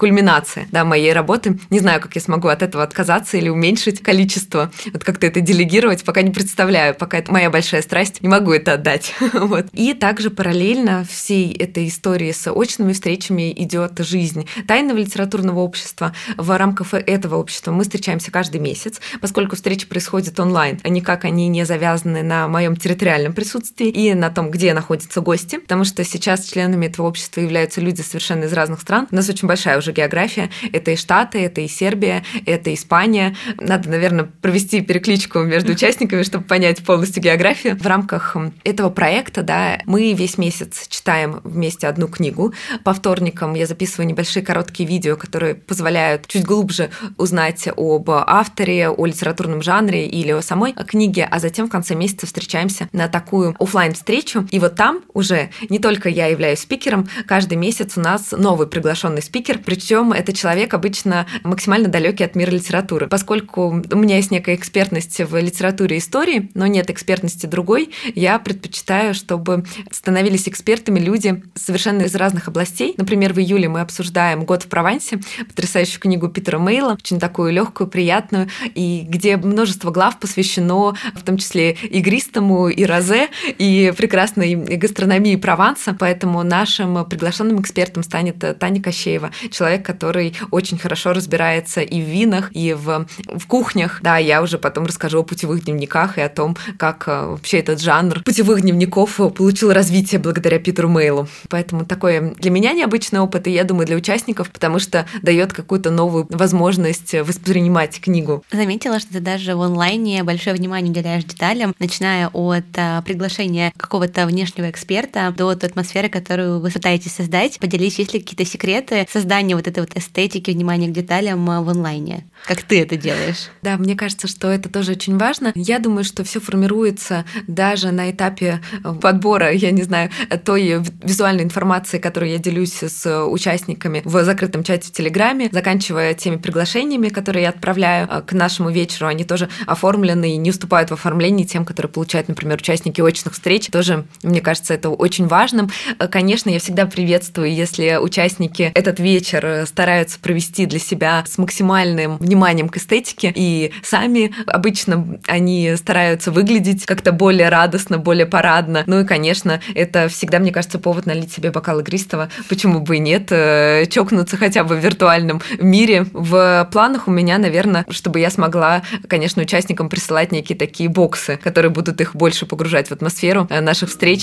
кульминация, да, моей работы. Не знаю, как я смогу от этого отказаться или уменьшить количество, вот как-то это делегировать, пока не представляю, пока это моя большая страсть, не могу это отдать. Вот. И также параллельно всей этой истории с очными встречами идет жизнь тайного литературного общества. В рамках этого общества мы встречаемся каждый месяц, поскольку встречи происходят онлайн, а никак они не завязаны на моем территориальном присутствии и на том, где находятся гости, потому что сейчас членами этого общества являются люди совершенно из разных стран. У нас очень большая уже география. Это и Штаты, это и Сербия, это Испания. Надо, наверное, провести перекличку между участниками, чтобы понять полностью географию. В рамках этого проекта, да, мы весь месяц читаем вместе одну книгу. По вторникам я записываю небольшие короткие видео, которые позволяют чуть глубже узнать об авторе, о литературном жанре или о самой книге, а затем в конце месяца встречаемся на такую офлайн-встречу. И вот там уже не только я являюсь спикером, каждый месяц у нас новый приглашенный спикер, причем это человек обычно максимально далекий от мира литературы. Поскольку у меня есть некая экспертность в литературе и истории, но нет экспертности другой, я предпочитаю, чтобы становились экспертами люди совершенно из разных областей. Например, в июле мы обсуждаем «Год в Провансе», потрясающую книгу Питера Мейла, очень такую легкую, приятную, и где множество глав посвящено в том числе игристому, и розе, и прекрасной гастрономии Прованса. Поэтому нашим приглашенным экспертом станет Таня Кощеева, человек, который очень хорошо разбирается и в винах, и в, в кухнях. Да, я уже потом расскажу о путевых дневниках и о том, как вообще этот жанр путевых дневников получил развитие благодаря Питеру Мейлу. Поэтому такой для меня необычный опыт, и я думаю, для участников, потому что дает какую-то новую возможность воспринимать книгу. Заметила, что ты даже в онлайне большое внимание уделяешь деталям, начиная от а, приглашения какого-то внешнего эксперта до той атмосферы, которую вы пытаетесь создать. Поделись, есть ли какие-то секреты создания вот этой вот эстетики, внимания к деталям в онлайне? Как ты это делаешь? Да, мне кажется, что это тоже очень важно. Я думаю, что все формируется даже на этапе подбора, я не знаю, той визуальной информации, которую я делюсь с участниками в закрытом чате в Телеграме, заканчивая теми приглашениями, которые я отправляю к нашему вечеру. Они тоже оформлены и не уступают в оформлении тем, которые получают, например, участники очных встреч. Тоже, мне кажется, это очень важным. Конечно, я всегда приветствую, если участники этот вечер стараются провести для себя с максимальным вниманием к эстетике, и сами обычно они стараются выглядеть как-то более радостно, более парадно. Ну и, конечно, это всегда, мне кажется, повод налить себе бокал игристого. Почему бы и нет? Чокнуться хотя бы в виртуальном мире. В планах у меня, наверное, чтобы я смогла, конечно, участникам присылать некие такие боксы, которые будут их больше погружать в атмосферу наших встреч.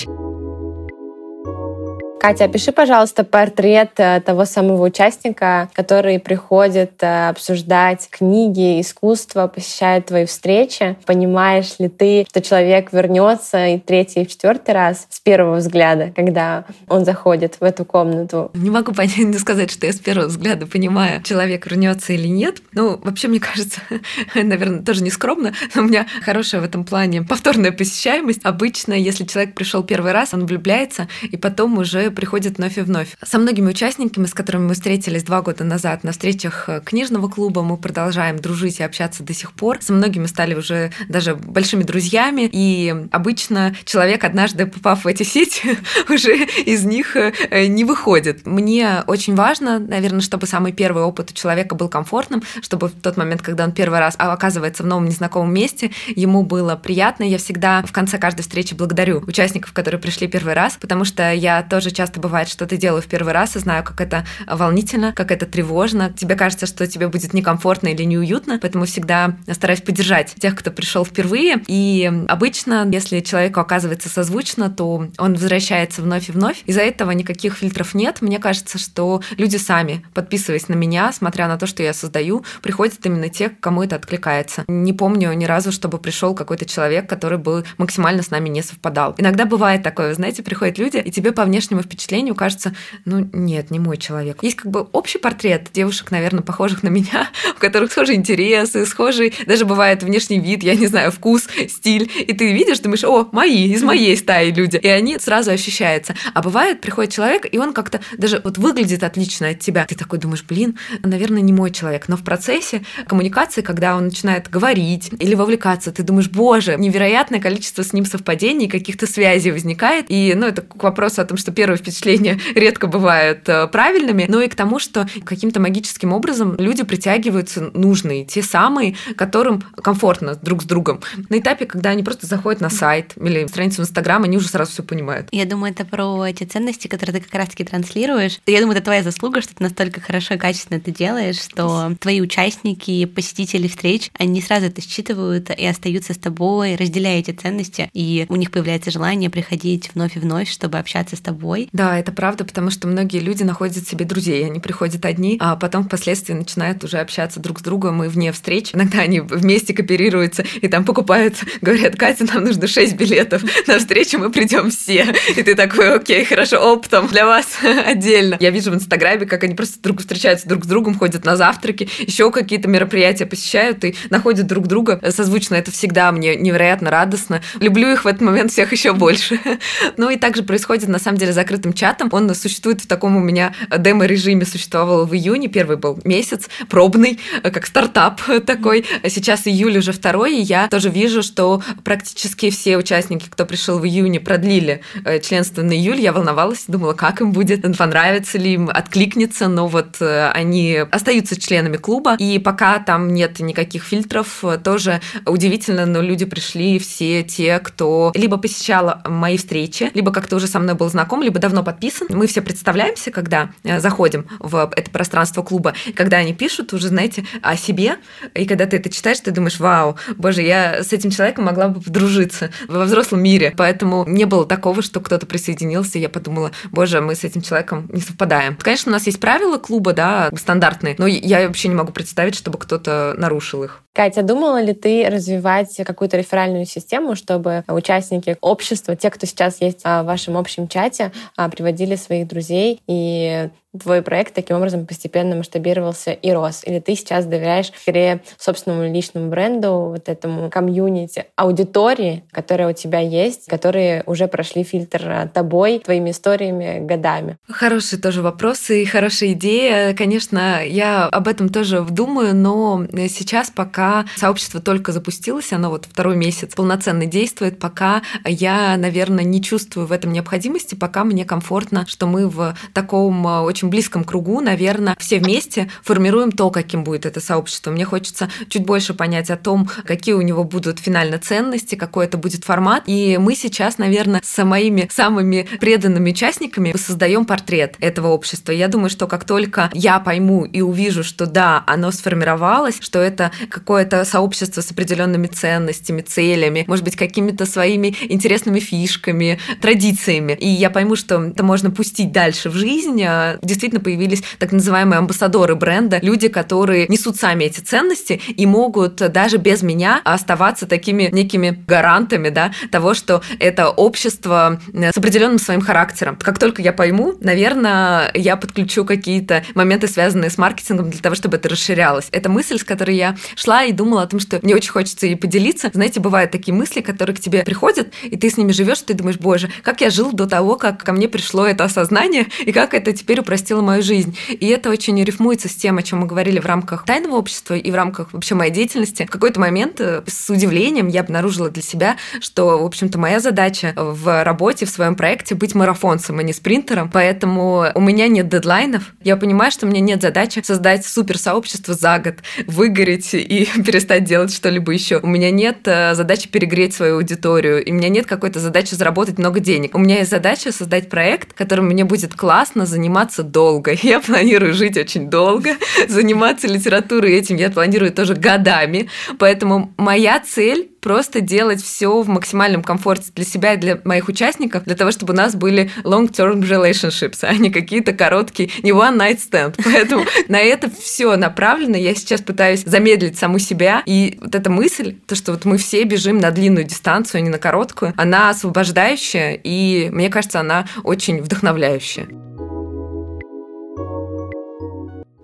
Катя, опиши, пожалуйста, портрет того самого участника, который приходит обсуждать книги, искусство, посещает твои встречи. Понимаешь ли ты, что человек вернется и третий, и четвертый раз с первого взгляда, когда он заходит в эту комнату? Не могу понять, не сказать, что я с первого взгляда понимаю, человек вернется или нет. Ну, вообще, мне кажется, наверное, тоже не скромно, но у меня хорошая в этом плане повторная посещаемость. Обычно, если человек пришел первый раз, он влюбляется, и потом уже приходит вновь и вновь. Со многими участниками, с которыми мы встретились два года назад на встречах книжного клуба, мы продолжаем дружить и общаться до сих пор. Со многими стали уже даже большими друзьями, и обычно человек, однажды попав в эти сети, уже из них не выходит. Мне очень важно, наверное, чтобы самый первый опыт у человека был комфортным, чтобы в тот момент, когда он первый раз оказывается в новом незнакомом месте, ему было приятно. Я всегда в конце каждой встречи благодарю участников, которые пришли первый раз, потому что я тоже часто бывает, что ты делаю в первый раз, и знаю, как это волнительно, как это тревожно. Тебе кажется, что тебе будет некомфортно или неуютно, поэтому всегда стараюсь поддержать тех, кто пришел впервые. И обычно, если человеку оказывается созвучно, то он возвращается вновь и вновь. Из-за этого никаких фильтров нет. Мне кажется, что люди сами, подписываясь на меня, смотря на то, что я создаю, приходят именно те, кому это откликается. Не помню ни разу, чтобы пришел какой-то человек, который бы максимально с нами не совпадал. Иногда бывает такое, вы знаете, приходят люди, и тебе по внешнему впечатлению кажется, ну нет, не мой человек. Есть как бы общий портрет девушек, наверное, похожих на меня, у которых схожие интересы, схожий, даже бывает внешний вид, я не знаю, вкус, стиль. И ты видишь, думаешь, о, мои, из моей стаи люди. И они сразу ощущаются. А бывает, приходит человек, и он как-то даже вот выглядит отлично от тебя. Ты такой думаешь, блин, наверное, не мой человек. Но в процессе коммуникации, когда он начинает говорить или вовлекаться, ты думаешь, боже, невероятное количество с ним совпадений, каких-то связей возникает. И, ну, это к вопросу о том, что первое первые впечатления редко бывают правильными, но и к тому, что каким-то магическим образом люди притягиваются нужные, те самые, которым комфортно друг с другом. На этапе, когда они просто заходят на сайт или страницу в Инстаграм, они уже сразу все понимают. Я думаю, это про эти ценности, которые ты как раз-таки транслируешь. Я думаю, это твоя заслуга, что ты настолько хорошо и качественно это делаешь, что твои участники, посетители встреч, они сразу это считывают и остаются с тобой, разделяя эти ценности, и у них появляется желание приходить вновь и вновь, чтобы общаться с тобой. Да, это правда, потому что многие люди находят себе друзей, они приходят одни, а потом впоследствии начинают уже общаться друг с другом и вне встреч. Иногда они вместе кооперируются и там покупают, говорят: Катя, нам нужно шесть билетов на встречу, мы придем все. И ты такой: окей, хорошо, оптом для вас отдельно. Я вижу в Инстаграме, как они просто друг встречаются друг с другом, ходят на завтраки, еще какие-то мероприятия посещают и находят друг друга созвучно. Это всегда мне невероятно радостно. Люблю их в этот момент всех еще больше. Ну и также происходит, на самом деле, закрытым чатом. Он существует в таком у меня демо-режиме, существовал в июне. Первый был месяц, пробный, как стартап такой. Сейчас июль уже второй, и я тоже вижу, что практически все участники, кто пришел в июне, продлили членство на июль. Я волновалась, думала, как им будет, понравится ли им, откликнется, но вот они остаются членами клуба, и пока там нет никаких фильтров, тоже удивительно, но люди пришли все те, кто либо посещал мои встречи, либо как-то уже со мной был знаком, либо давно подписан. Мы все представляемся, когда заходим в это пространство клуба, когда они пишут уже, знаете, о себе, и когда ты это читаешь, ты думаешь: вау, боже, я с этим человеком могла бы подружиться во взрослом мире. Поэтому не было такого, что кто-то присоединился, и я подумала: боже, мы с этим человеком не совпадаем. Конечно, у нас есть правила клуба, да, стандартные, но я вообще не могу представить, чтобы кто-то нарушил их. Катя, думала ли ты развивать какую-то реферальную систему, чтобы участники общества, те, кто сейчас есть в вашем общем чате, приводили своих друзей, и твой проект таким образом постепенно масштабировался и рос? Или ты сейчас доверяешь скорее собственному личному бренду, вот этому комьюнити, аудитории, которая у тебя есть, которые уже прошли фильтр тобой, твоими историями годами? Хороший тоже вопрос и хорошая идея. Конечно, я об этом тоже думаю, но сейчас, пока сообщество только запустилось, оно вот второй месяц полноценно действует, пока я, наверное, не чувствую в этом необходимости, пока мне комфортно, что мы в таком очень близком кругу, наверное, все вместе формируем то, каким будет это сообщество. Мне хочется чуть больше понять о том, какие у него будут финально ценности, какой это будет формат. И мы сейчас, наверное, с моими самыми преданными участниками создаем портрет этого общества. Я думаю, что как только я пойму и увижу, что да, оно сформировалось, что это какое-то сообщество с определенными ценностями, целями, может быть, какими-то своими интересными фишками, традициями, и я пойму, что это можно пустить дальше в жизнь, действительно появились так называемые амбассадоры бренда, люди, которые несут сами эти ценности и могут даже без меня оставаться такими некими гарантами, да, того, что это общество с определенным своим характером. Как только я пойму, наверное, я подключу какие-то моменты, связанные с маркетингом, для того, чтобы это расширялось. Это мысль, с которой я шла и думала о том, что мне очень хочется ей поделиться. Знаете, бывают такие мысли, которые к тебе приходят, и ты с ними живешь, ты думаешь: боже, как я жил до того, как ко мне пришло это осознание, и как это теперь упростило мою жизнь. И это очень рифмуется с тем, о чем мы говорили в рамках тайного общества и в рамках вообще моей деятельности. В какой-то момент с удивлением я обнаружила для себя, что, в общем-то, моя задача в работе, в своем проекте — быть марафонцем, а не спринтером. Поэтому у меня нет дедлайнов. Я понимаю, что у меня нет задачи создать суперсообщество за год, выгореть и перестать делать что-либо еще. У меня нет задачи перегреть свою аудиторию, и у меня нет какой-то задачи заработать много денег. У меня есть задача создать проект, которым мне будет классно заниматься долго. Я планирую жить очень долго, заниматься литературой этим я планирую тоже годами. Поэтому моя цель — просто делать все в максимальном комфорте для себя и для моих участников, для того, чтобы у нас были long-term relationships, а не какие-то короткие, не one-night stand. Поэтому на это все направлено. Я сейчас пытаюсь замедлить саму себя. И вот эта мысль, то, что вот мы все бежим на длинную дистанцию, а не на короткую, она освобождающая, и мне кажется, она очень вдохновляющая.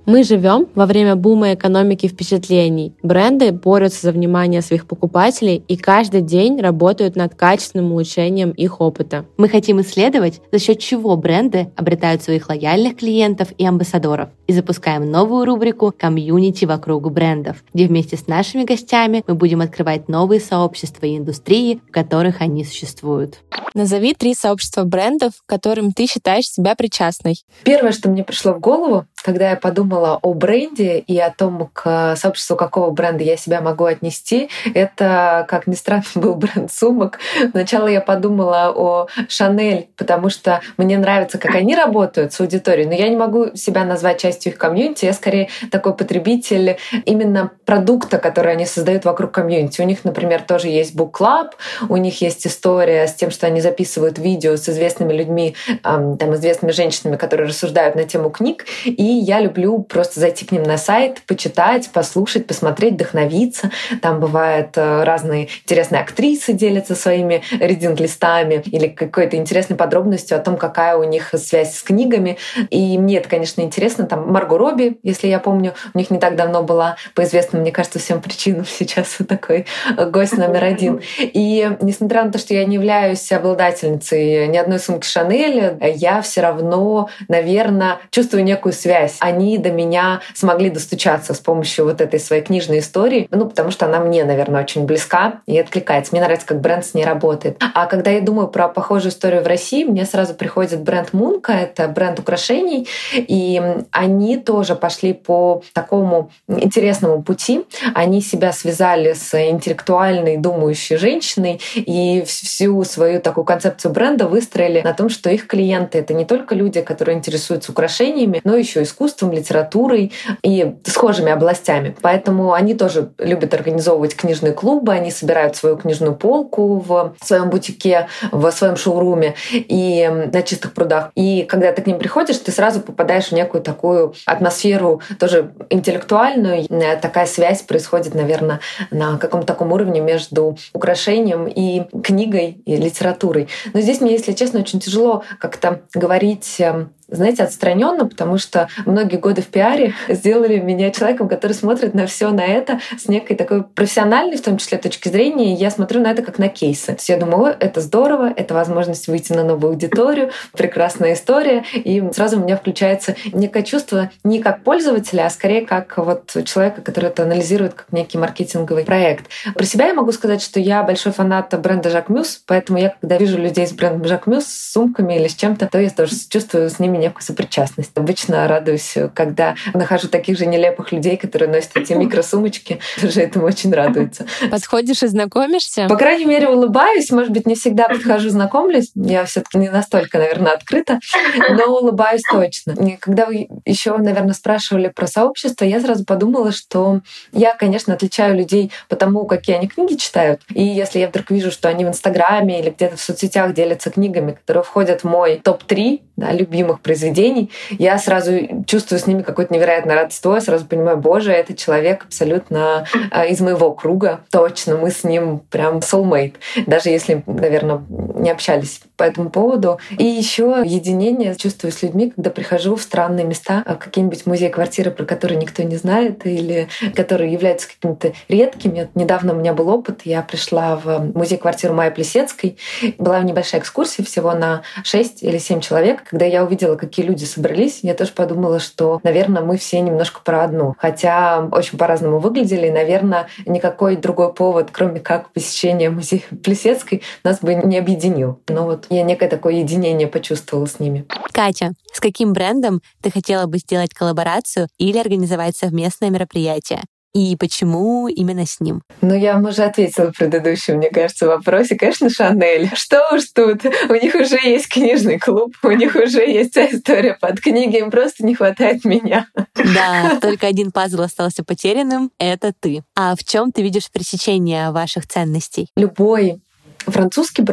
Мы живем во время бума экономики впечатлений. Бренды борются за внимание своих покупателей и каждый день работают над качественным улучшением их опыта. Мы хотим исследовать, за счет чего бренды обретают своих лояльных клиентов и амбассадоров, и запускаем новую рубрику «Комьюнити вокруг брендов», где вместе с нашими гостями мы будем открывать новые сообщества и индустрии, в которых они существуют. Назови три сообщества брендов, к которым ты считаешь себя причастной. Первое, что мне пришло в голову, когда я подумала о бренде и о том, к сообществу какого бренда я себя могу отнести, это, как ни странно, был бренд сумок. Сначала я подумала о Шанель, потому что мне нравится, как они работают с аудиторией, но я не могу себя назвать частью их комьюнити. Я скорее такой потребитель именно продукта, который они создают вокруг комьюнити. У них, например, тоже есть Book Club, у них есть история с тем, что они записывают видео с известными людьми, там, известными женщинами, которые рассуждают на тему книг. И я люблю просто зайти к ним на сайт, почитать, послушать, посмотреть, вдохновиться. Там бывают разные интересные актрисы делятся своими ридинг-листами или какой-то интересной подробностью о том, какая у них связь с книгами. И мне это, конечно, интересно. Там Марго Робби, если я помню, у них не так давно была по известным, мне кажется, всем причинам сейчас такой гость номер один. И несмотря на то, что я не являюсь обладательницей ни одной сумки Шанель, я все равно, наверное, чувствую некую связь. Они до меня смогли достучаться с помощью вот этой своей книжной истории, ну, потому что она мне, наверное, очень близка и откликается. Мне нравится, как бренд с ней работает. А когда я думаю про похожую историю в России, мне сразу приходит бренд Мунка, это бренд украшений, и они тоже пошли по такому интересному пути. Они себя связали с интеллектуальной, думающей женщиной и всю свою такую концепцию бренда выстроили на том, что их клиенты — это не только люди, которые интересуются украшениями, но еще искусством, литературой и схожими областями. Поэтому они тоже любят организовывать книжные клубы, они собирают свою книжную полку в своем бутике, в своем шоуруме и на Чистых прудах. И когда ты к ним приходишь, ты сразу попадаешь в некую такую атмосферу тоже интеллектуальную. Такая связь происходит, наверное, на каком-то таком уровне между украшением и книгой, и литературой. Но здесь мне, если честно, очень тяжело как-то говорить, знаете, отстраненно, потому что многие годы в пиаре сделали меня человеком, который смотрит на все на это с некой такой профессиональной, в том числе, точки зрения. И я смотрю на это как на кейсы. То есть я думаю, ой, это здорово, это возможность выйти на новую аудиторию, прекрасная история. И сразу у меня включается некое чувство не как пользователя, а скорее как вот человека, который это анализирует как некий маркетинговый проект. Про себя я могу сказать, что я большой фанат бренда Jacquemus, поэтому я, когда вижу людей с брендом Jacquemus, с сумками или с чем-то, то я тоже чувствую с ними некую сопричастность. Обычно радуюсь, когда нахожу таких же нелепых людей, которые носят эти микросумочки. Тоже этому очень радуется. Подходишь и знакомишься? По крайней мере, улыбаюсь. Может быть, не всегда подхожу, знакомлюсь. Я все-таки не настолько, наверное, открыта, но улыбаюсь точно. И когда вы еще, наверное, спрашивали про сообщество, я сразу подумала, что я, конечно, отличаю людей по тому, какие они книги читают. И если я вдруг вижу, что они в Инстаграме или где-то в соцсетях делятся книгами, которые входят в мой топ три, да, любимых произведений, я сразу чувствую с ними какое-то невероятное родство, я сразу понимаю, боже, это человек абсолютно э, из моего круга, точно, мы с ним прям soulmate, даже если, наверное, не общались по этому поводу. И еще единение чувствую с людьми, когда прихожу в странные места, в какие-нибудь музеи-квартиры, про которые никто не знает, или которые являются какими-то редкими. Вот недавно у меня был опыт, я пришла в музей-квартиру Майи Плесецкой, была небольшая экскурсия всего на шесть или семь человек. Когда я увидела, какие люди собрались, я тоже подумала, что, наверное, мы все немножко про одно. Хотя очень по-разному выглядели, и, наверное, никакой другой повод, кроме как посещения музея Плесецкой, нас бы не объединил. Но вот я некое такое единение почувствовала с ними. Катя, с каким брендом ты хотела бы сделать коллаборацию или организовать совместное мероприятие? И почему именно с ним? Ну, я вам уже ответила в предыдущем, мне кажется, вопросе. Конечно, Шанель. Что уж тут. У них уже есть книжный клуб, у них уже есть вся история под книги, им просто не хватает меня. Да, только один пазл остался потерянным — это ты. А в чем ты видишь пересечение ваших ценностей? Любой французский бренд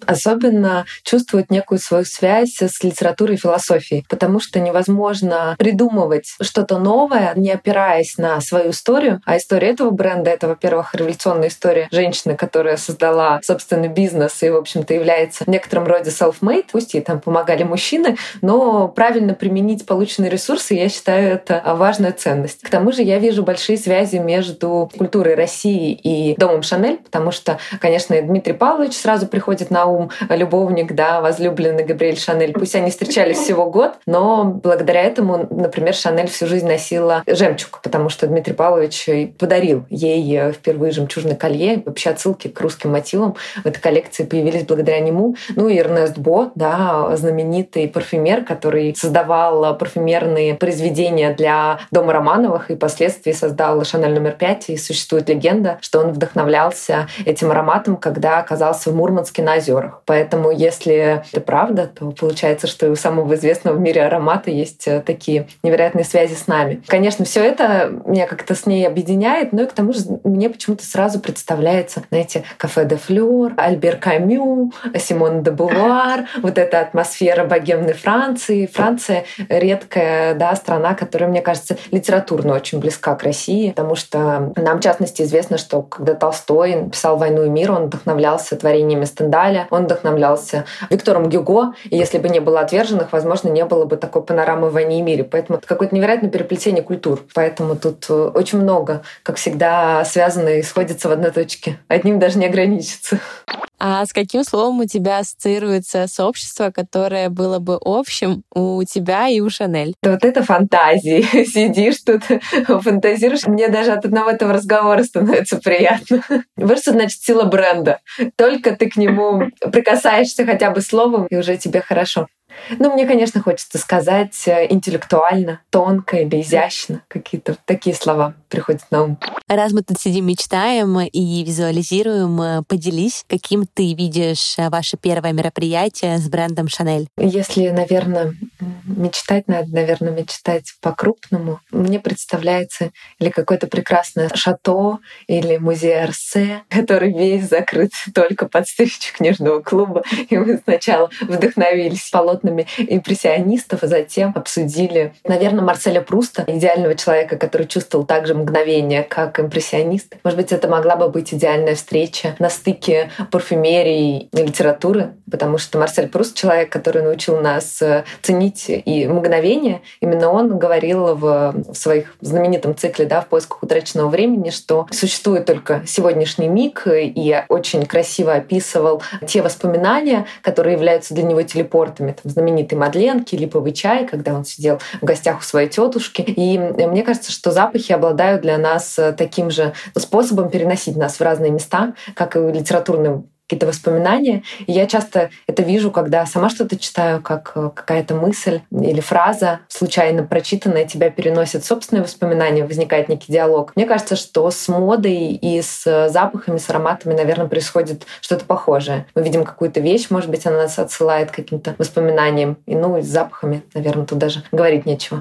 особенно чувствуют некую свою связь с литературой и философией, потому что невозможно придумывать что-то новое, не опираясь на свою историю. А история этого бренда — это, во-первых, революционная история женщины, которая создала собственный бизнес и, в общем-то, является в некотором роде self-made. Пусть ей там помогали мужчины, но правильно применить полученные ресурсы, я считаю, это важная ценность. К тому же я вижу большие связи между культурой России и домом Шанель, потому что, конечно, и Дмитрий Павлович сразу приходит на ум, любовник, да, возлюбленный Габриэль Шанель. Пусть они встречались всего год, но благодаря этому, например, Шанель всю жизнь носила жемчуг, потому что Дмитрий Павлович подарил ей впервые жемчужное колье. Вообще отсылки к русским мотивам в этой коллекции появились благодаря нему. Ну и Эрнест Бо, да, знаменитый парфюмер, который создавал парфюмерные произведения для дома Романовых и впоследствии создал Шанель номер пять. И существует легенда, что он вдохновлялся этим ароматом, когда оказался в Мурманске на озерах. Поэтому, если это правда, то получается, что и у самого известного в мире аромата есть такие невероятные связи с нами. Конечно, все это меня как-то с ней объединяет, но и к тому же мне почему-то сразу представляется, знаете, Кафе де Флёр, Альбер Камю, Симон де Бувуар, вот эта атмосфера богемной Франции. Франция — редкая, да, страна, которая, мне кажется, литературно очень близка к России, потому что нам, в частности, известно, что когда Толстой писал «Войну и мир», он вдохновлялся творениями Стендаля, он вдохновлялся Виктором Гюго, и если бы не было «Отверженных», возможно, не было бы такой панорамы в «Войне и мире». Поэтому это какое-то невероятное переплетение культур. Поэтому тут очень много, как всегда, связано и сходится в одной точке. Одним даже не ограничится. А с каким словом у тебя ассоциируется сообщество, которое было бы общим у тебя и у Шанель? Вот это фантазии. Сидишь тут, фантазируешь. Мне даже от одного этого разговора становится приятно. Вот что значит сила бренда. Только ты к нему прикасаешься хотя бы словом, и уже тебе хорошо. Ну, мне, конечно, хочется сказать интеллектуально, тонко или изящно. Какие-то такие слова приходят на ум. Раз мы тут сидим, мечтаем и визуализируем, поделись, каким ты видишь ваше первое мероприятие с брендом Шанель. Если, наверное, мечтать, надо, наверное, мечтать по-крупному. Мне представляется или какое-то прекрасное шато, или музей Орсе, который весь закрыт только под встречу книжного клуба. И мы сначала вдохновились полотнами импрессионистов, а затем обсудили, наверное, Марселя Пруста, идеального человека, который чувствовал так же мгновение, как импрессионист. Может быть, это могла бы быть идеальная встреча на стыке парфюмерии и литературы, потому что Марсель Пруст — человек, который научил нас ценить и мгновение. Именно он говорил в, в своих знаменитом цикле, да, «В поисках утраченного времени», что существует только сегодняшний миг, и очень красиво описывал те воспоминания, которые являются для него телепортами. Там знаменитый Мадленки, липовый чай, когда он сидел в гостях у своей тетушки. И мне кажется, что запахи обладают для нас таким же способом переносить нас в разные места, как и литературным какие-то воспоминания. И я часто это вижу, когда сама что-то читаю, как какая-то мысль или фраза, случайно прочитанная, тебя переносит в собственные воспоминания, возникает некий диалог. Мне кажется, что с модой и с запахами, с ароматами, наверное, происходит что-то похожее. Мы видим какую-то вещь, может быть, она нас отсылает к каким-то воспоминаниям. И ну, и с запахами, наверное, тут даже говорить нечего.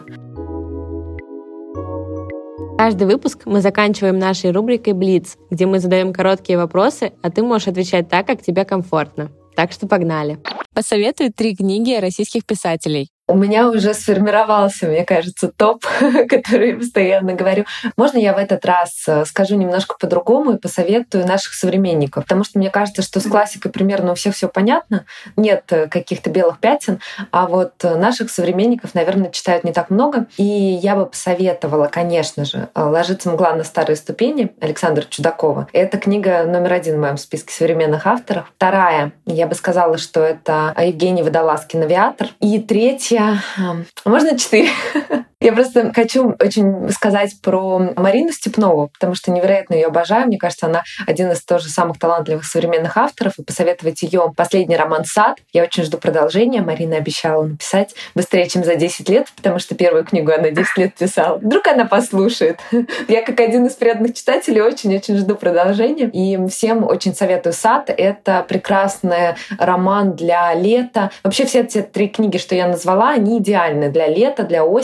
Каждый выпуск мы заканчиваем нашей рубрикой «Блиц», где мы задаем короткие вопросы, а ты можешь отвечать так, как тебе комфортно. Так что погнали. Посоветуй три книги российских писателей. У меня уже сформировался, мне кажется, топ, который я постоянно говорю. Можно я в этот раз скажу немножко по-другому и посоветую наших современников? Потому что мне кажется, что с классикой примерно у всех все понятно, нет каких-то белых пятен, а вот наших современников, наверное, читают не так много. И я бы посоветовала, конечно же, «Ложится мгла на старые ступени» Александра Чудакова. Это книга номер один в моем списке современных авторов. Вторая, я бы сказала, что это Евгений Водолазкин «Авиатор». И третья, можно четыре? Я просто хочу очень сказать про Марину Степнову, потому что невероятно ее обожаю. Мне кажется, она один из тоже самых талантливых современных авторов. И посоветовать ее последний роман «Сад». Я очень жду продолжения. Марина обещала написать быстрее, чем за десять лет, потому что первую книгу она десять лет писала. Вдруг она послушает. Я, как один из преданных читателей, очень-очень жду продолжения. И всем очень советую «Сад». Это прекрасный роман для лета. Вообще все эти три книги, что я назвала, они идеальны для лета, для осени.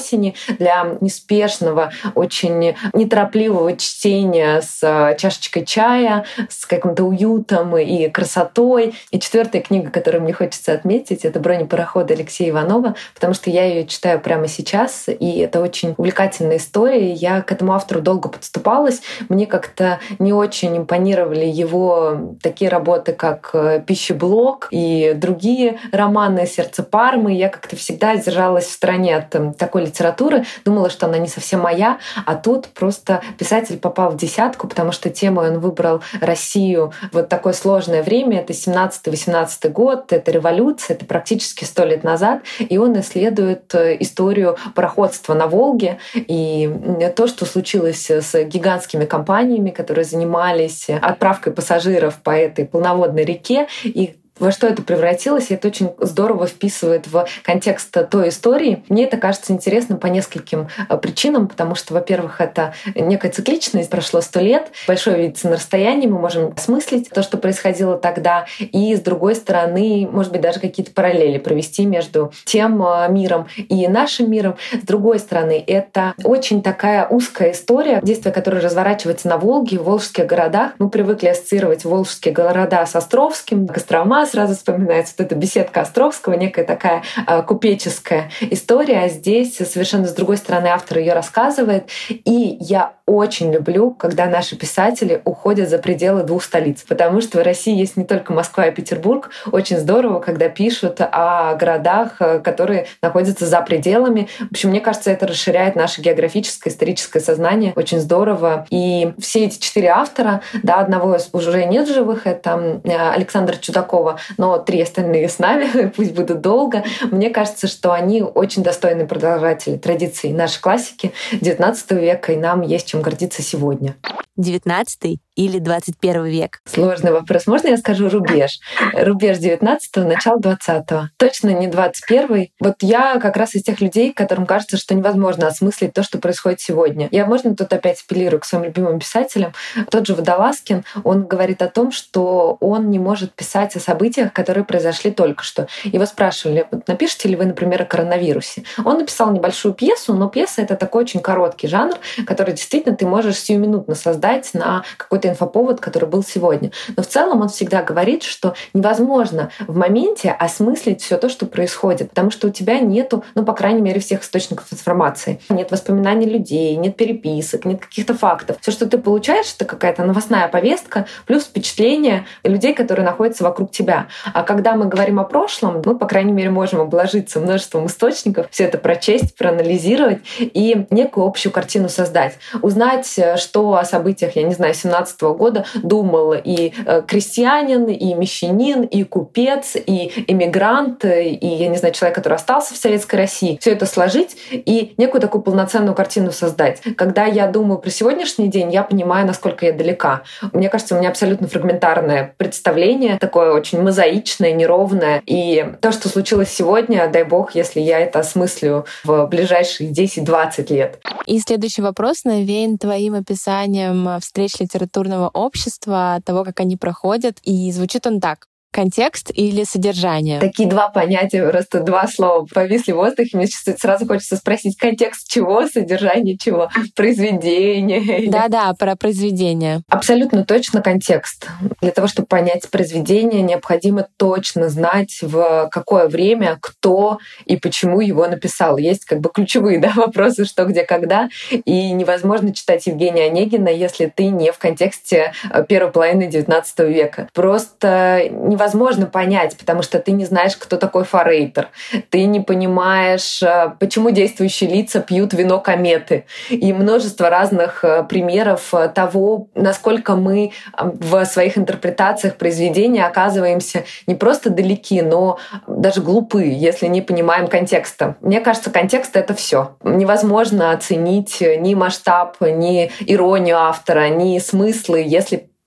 для неспешного, очень неторопливого чтения с чашечкой чая, с каким-то уютом и красотой. И четвертая книга, которую мне хочется отметить, это «Бронепароходы» Алексея Иванова, потому что я ее читаю прямо сейчас, и это очень увлекательная история. Я к этому автору долго подступалась. Мне как-то не очень импонировали его такие работы, как «Пищеблок» и другие романы «Сердце Пармы». Я как-то всегда держалась в стороне от такой литературы, думала, что она не совсем моя, а тут просто писатель попал в десятку, потому что темой он выбрал Россию в вот такое сложное время. Это семнадцатый-восемнадцатый год, это революция, это практически сто лет назад, и он исследует историю пароходства на Волге и то, что случилось с гигантскими компаниями, которые занимались отправкой пассажиров по этой полноводной реке, и во что это превратилось, и это очень здорово вписывает в контекст той истории. Мне это кажется интересным по нескольким причинам, потому что, во-первых, это некая цикличность, прошло сто лет, большое видится на расстоянии, мы можем осмыслить то, что происходило тогда, и, с другой стороны, может быть, даже какие-то параллели провести между тем миром и нашим миром. С другой стороны, это очень такая узкая история, действие которой разворачивается на Волге, в волжских городах. Мы привыкли ассоциировать волжские города с Островским, Кострома, сразу вспоминается вот эта беседка Островского, некая такая э, купеческая история. А здесь совершенно с другой стороны автор ее рассказывает. И я очень люблю, когда наши писатели уходят за пределы двух столиц, потому что в России есть не только Москва и Петербург. Очень здорово, когда пишут о городах, которые находятся за пределами. В общем, мне кажется, это расширяет наше географическое, историческое сознание. Очень здорово. И все эти четыре автора, да, одного уже нет в живых, это Александра Чудакова, но три остальные с нами, пусть будут долго. Мне кажется, что они очень достойные продолжатели традиций нашей классики девятнадцатого века, и нам есть чем гордиться сегодня. девятнадцатый или двадцать первый век? Сложный вопрос. Можно я скажу рубеж? Рубеж девятнадцатого, начало двадцатого. Точно не двадцать первый. Вот я как раз из тех людей, которым кажется, что невозможно осмыслить то, что происходит сегодня. Я, можно, тут опять апеллирую к своим любимым писателям. Тот же Водолазкин, он говорит о том, что он не может писать о событиях, которые произошли только что. Его спрашивали, вот напишите ли вы, например, о коронавирусе? Он написал небольшую пьесу, но пьеса — это такой очень короткий жанр, который действительно ты можешь сиюминутно создать на какой-то инфоповод, который был сегодня. Но в целом он всегда говорит, что невозможно в моменте осмыслить все то, что происходит, потому что у тебя нету, ну, по крайней мере, всех источников информации. Нет воспоминаний людей, нет переписок, нет каких-то фактов. Все, что ты получаешь, это какая-то новостная повестка плюс впечатления людей, которые находятся вокруг тебя. А когда мы говорим о прошлом, мы, по крайней мере, можем обложиться множеством источников, все это прочесть, проанализировать и некую общую картину создать. Узнать, что о событиях, я не знаю, семнадцатого года думал и крестьянин, и мещанин, и купец, и эмигрант, и, я не знаю, человек, который остался в Советской России. Все это сложить и некую такую полноценную картину создать. Когда я думаю про сегодняшний день, я понимаю, насколько я далека. Мне кажется, у меня абсолютно фрагментарное представление, такое очень мозаичное, неровное. И то, что случилось сегодня, дай бог, если я это осмыслю в ближайшие десять-двадцать лет. И следующий вопрос навеян твоим описанием встреч литературного общества, того, как они проходят. И звучит он так. Контекст или содержание? Такие два понятия, просто два слова повисли в воздухе. Мне сразу хочется спросить, контекст чего, содержание чего? Произведение? Да-да, про произведение. Абсолютно точно контекст. Для того, чтобы понять произведение, необходимо точно знать, в какое время, кто и почему его написал. Есть как бы ключевые, да, вопросы, что, где, когда. И невозможно читать Евгения Онегина, если ты не в контексте первой половины девятнадцатого века. Просто невозможно Невозможно понять, потому что ты не знаешь, кто такой форейтер. Ты не понимаешь, почему действующие лица пьют вино кометы. И множество разных примеров того, насколько мы в своих интерпретациях произведения оказываемся не просто далеки, но даже глупы, если не понимаем контекста. Мне кажется, контекст — это все. Невозможно оценить ни масштаб, ни иронию автора, ни смыслы, если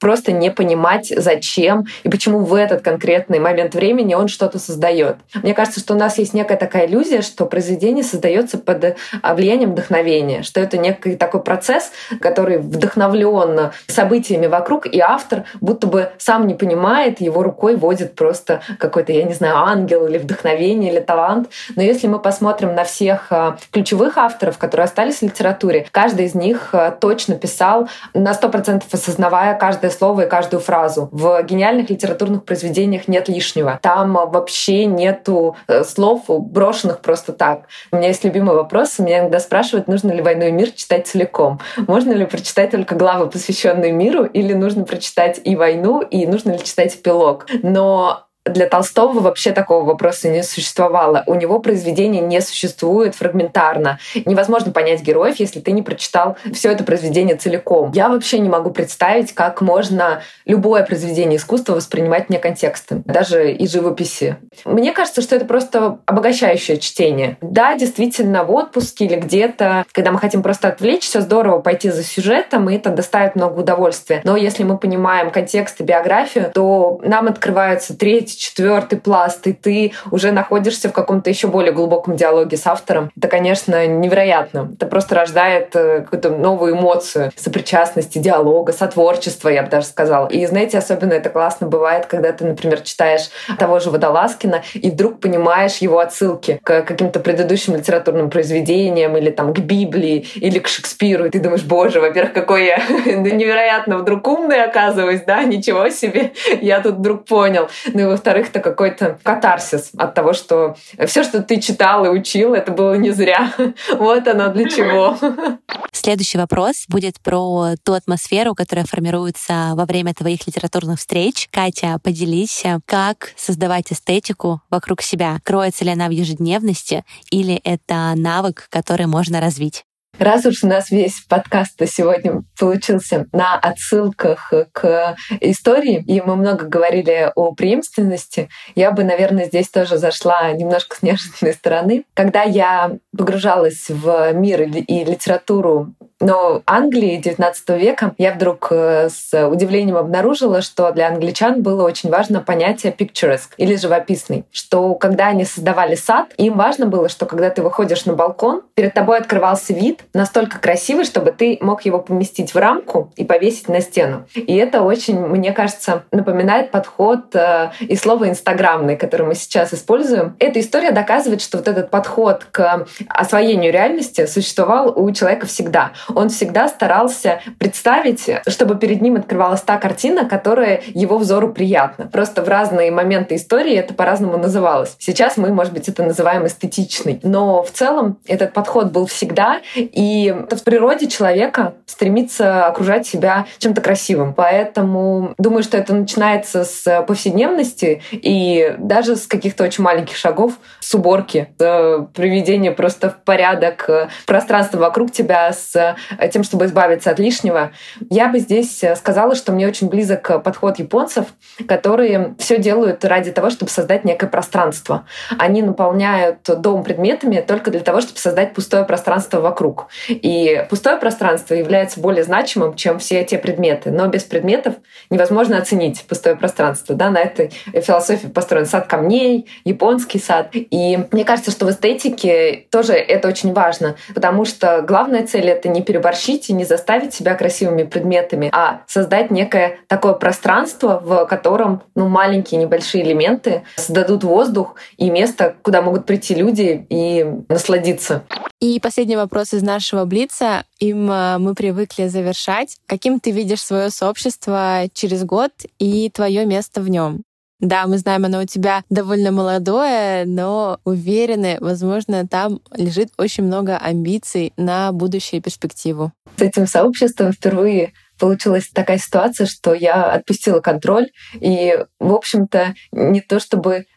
просто не понимать, зачем и почему в этот конкретный момент времени он что-то создает. Мне кажется, что у нас есть некая такая иллюзия, что произведение создается под влиянием вдохновения, что это некий такой процесс, который вдохновлен событиями вокруг, и автор будто бы сам не понимает, его рукой водит просто какой-то, я не знаю, ангел или вдохновение, или талант. Но если мы посмотрим на всех ключевых авторов, которые остались в литературе, каждый из них точно писал, на сто процентов осознавая каждое слово и каждую фразу. В гениальных литературных произведениях нет лишнего. Там вообще нету слов, брошенных просто так. У меня есть любимый вопрос. Меня иногда спрашивают, нужно ли «Войну и мир» читать целиком. Можно ли прочитать только главы, посвященные миру, или нужно прочитать и «Войну», и нужно ли читать эпилог. Но для Толстого вообще такого вопроса не существовало. У него произведение не существует фрагментарно. Невозможно понять героев, если ты не прочитал все это произведение целиком. Я вообще не могу представить, как можно любое произведение искусства воспринимать вне контекста, даже и живописи. Мне кажется, что это просто обогащающее чтение. Да, действительно, в отпуске или где-то, когда мы хотим просто отвлечься, здорово пойти за сюжетом, и это доставит много удовольствия. Но если мы понимаем контекст и биографию, то нам открывается третий, четвертый пласт, и ты уже находишься в каком-то еще более глубоком диалоге с автором. Это, конечно, невероятно. Это просто рождает какую-то новую эмоцию сопричастности, диалога, сотворчества, я бы даже сказала. И, знаете, особенно это классно бывает, когда ты, например, читаешь того же Водолазкина и вдруг понимаешь его отсылки к каким-то предыдущим литературным произведениям или там к Библии или к Шекспиру. И ты думаешь, боже, во-первых, какой я невероятно вдруг умный оказываюсь, да, ничего себе, я тут вдруг понял. Ну и во-вторых, это какой-то катарсис от того, что все, что ты читал и учил, это было не зря. Вот оно для чего. Следующий вопрос будет про ту атмосферу, которая формируется во время твоих литературных встреч. Катя, поделись, как создавать эстетику вокруг себя? Кроется ли она в ежедневности или это навык, который можно развить? Раз уж у нас весь подкаст сегодня получился на отсылках к истории, и мы много говорили о преемственности, я бы, наверное, здесь тоже зашла немножко с неожиданной стороны. Когда я погружалась в мир и литературу, но Англии девятнадцатого века, я вдруг с удивлением обнаружила, что для англичан было очень важно понятие picturesque или живописный, что когда они создавали сад, им важно было, что когда ты выходишь на балкон, перед тобой открывался вид настолько красивый, чтобы ты мог его поместить в рамку и повесить на стену. И это очень, мне кажется, напоминает подход э, и слово «инстаграмный», который мы сейчас используем. Эта история доказывает, что вот этот подход к освоению реальности существовал у человека всегда. Он всегда старался представить, чтобы перед ним открывалась та картина, которая его взору приятна. Просто в разные моменты истории это по-разному называлось. Сейчас мы, может быть, это называем эстетичный. Но в целом этот подход был всегда, и это в природе человека стремится окружать себя чем-то красивым. Поэтому думаю, что это начинается с повседневности и даже с каких-то очень маленьких шагов, с уборки, с приведения просто в порядок пространства вокруг тебя, с тем, чтобы избавиться от лишнего. Я бы здесь сказала, что мне очень близок подход японцев, которые все делают ради того, чтобы создать некое пространство. Они наполняют дом предметами только для того, чтобы создать пустое пространство вокруг. И пустое пространство является более значимым, чем все те предметы. Но без предметов невозможно оценить пустое пространство. Да? На этой философии построен сад камней, японский сад. И мне кажется, что в эстетике тоже это очень важно, потому что главная цель — это не переборщить и не заставить себя красивыми предметами, а создать некое такое пространство, в котором ну, маленькие небольшие элементы создадут воздух и место, куда могут прийти люди и насладиться. И последний вопрос из нашего блица. Им мы привыкли завершать. Каким ты видишь свое сообщество через год и твое место в нем? Да, мы знаем, оно у тебя довольно молодое, но уверены, возможно, там лежит очень много амбиций на будущую перспективу. С этим сообществом впервые получилась такая ситуация, что я отпустила контроль и, в общем-то, не то чтобы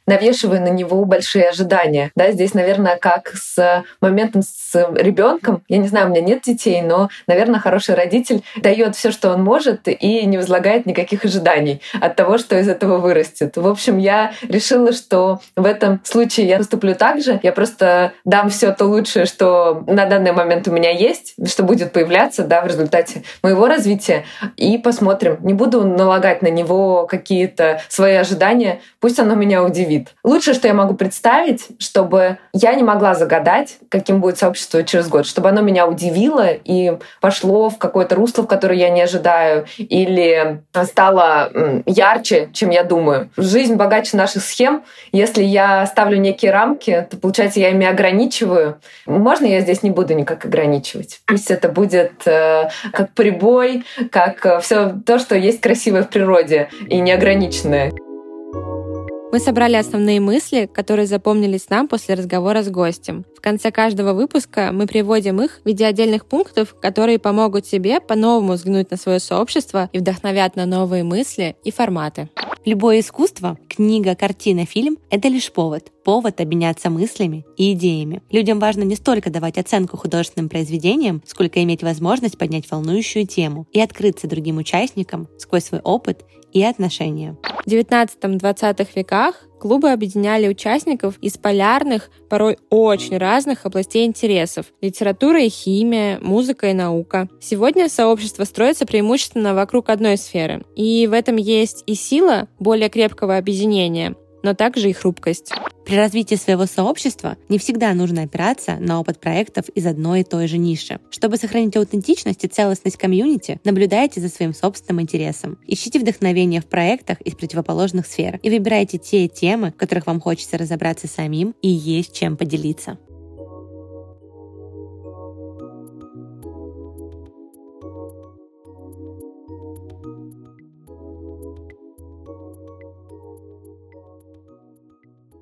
навешиваю на него большие ожидания. Да, здесь, наверное, как с моментом с ребенком. Я не знаю, у меня нет детей, но, наверное, хороший родитель дает все, что он может, и не возлагает никаких ожиданий от того, что из этого вырастет. В общем, я решила, что в этом случае я поступлю так же. Я просто дам все то лучшее, что на данный момент у меня есть, что будет появляться, да, в результате моего развития, и посмотрим. Не буду налагать на него какие-то свои ожидания, пусть оно меня удивит. Лучшее, что я могу представить, чтобы я не могла загадать, каким будет сообщество через год, чтобы оно меня удивило и пошло в какое-то русло, в которое я не ожидаю, или стало ярче, чем я думаю. Жизнь богаче наших схем. Если я ставлю некие рамки, то, получается, я ими ограничиваю. Можно я здесь не буду никак ограничивать? Пусть это будет э, как прибой, как э, все то, что есть красивое в природе и неограниченное. Мы собрали основные мысли, которые запомнились нам после разговора с гостем. В конце каждого выпуска мы приводим их в виде отдельных пунктов, которые помогут тебе по-новому взглянуть на свое сообщество и вдохновят на новые мысли и форматы. Любое искусство, книга, картина, фильм — это лишь повод. Повод обменяться мыслями и идеями. Людям важно не столько давать оценку художественным произведениям, сколько иметь возможность поднять волнующую тему и открыться другим участникам сквозь свой опыт и отношения. В девятнадцатом-двадцатых веках клубы объединяли участников из полярных, порой очень разных областей интересов – литература и химия, музыка и наука. Сегодня сообщество строится преимущественно вокруг одной сферы, и в этом есть и сила более крепкого объединения, но также и хрупкость. При развитии своего сообщества не всегда нужно опираться на опыт проектов из одной и той же ниши. Чтобы сохранить аутентичность и целостность комьюнити, наблюдайте за своим собственным интересом. Ищите вдохновение в проектах из противоположных сфер и выбирайте те темы, в которых вам хочется разобраться самим и есть чем поделиться.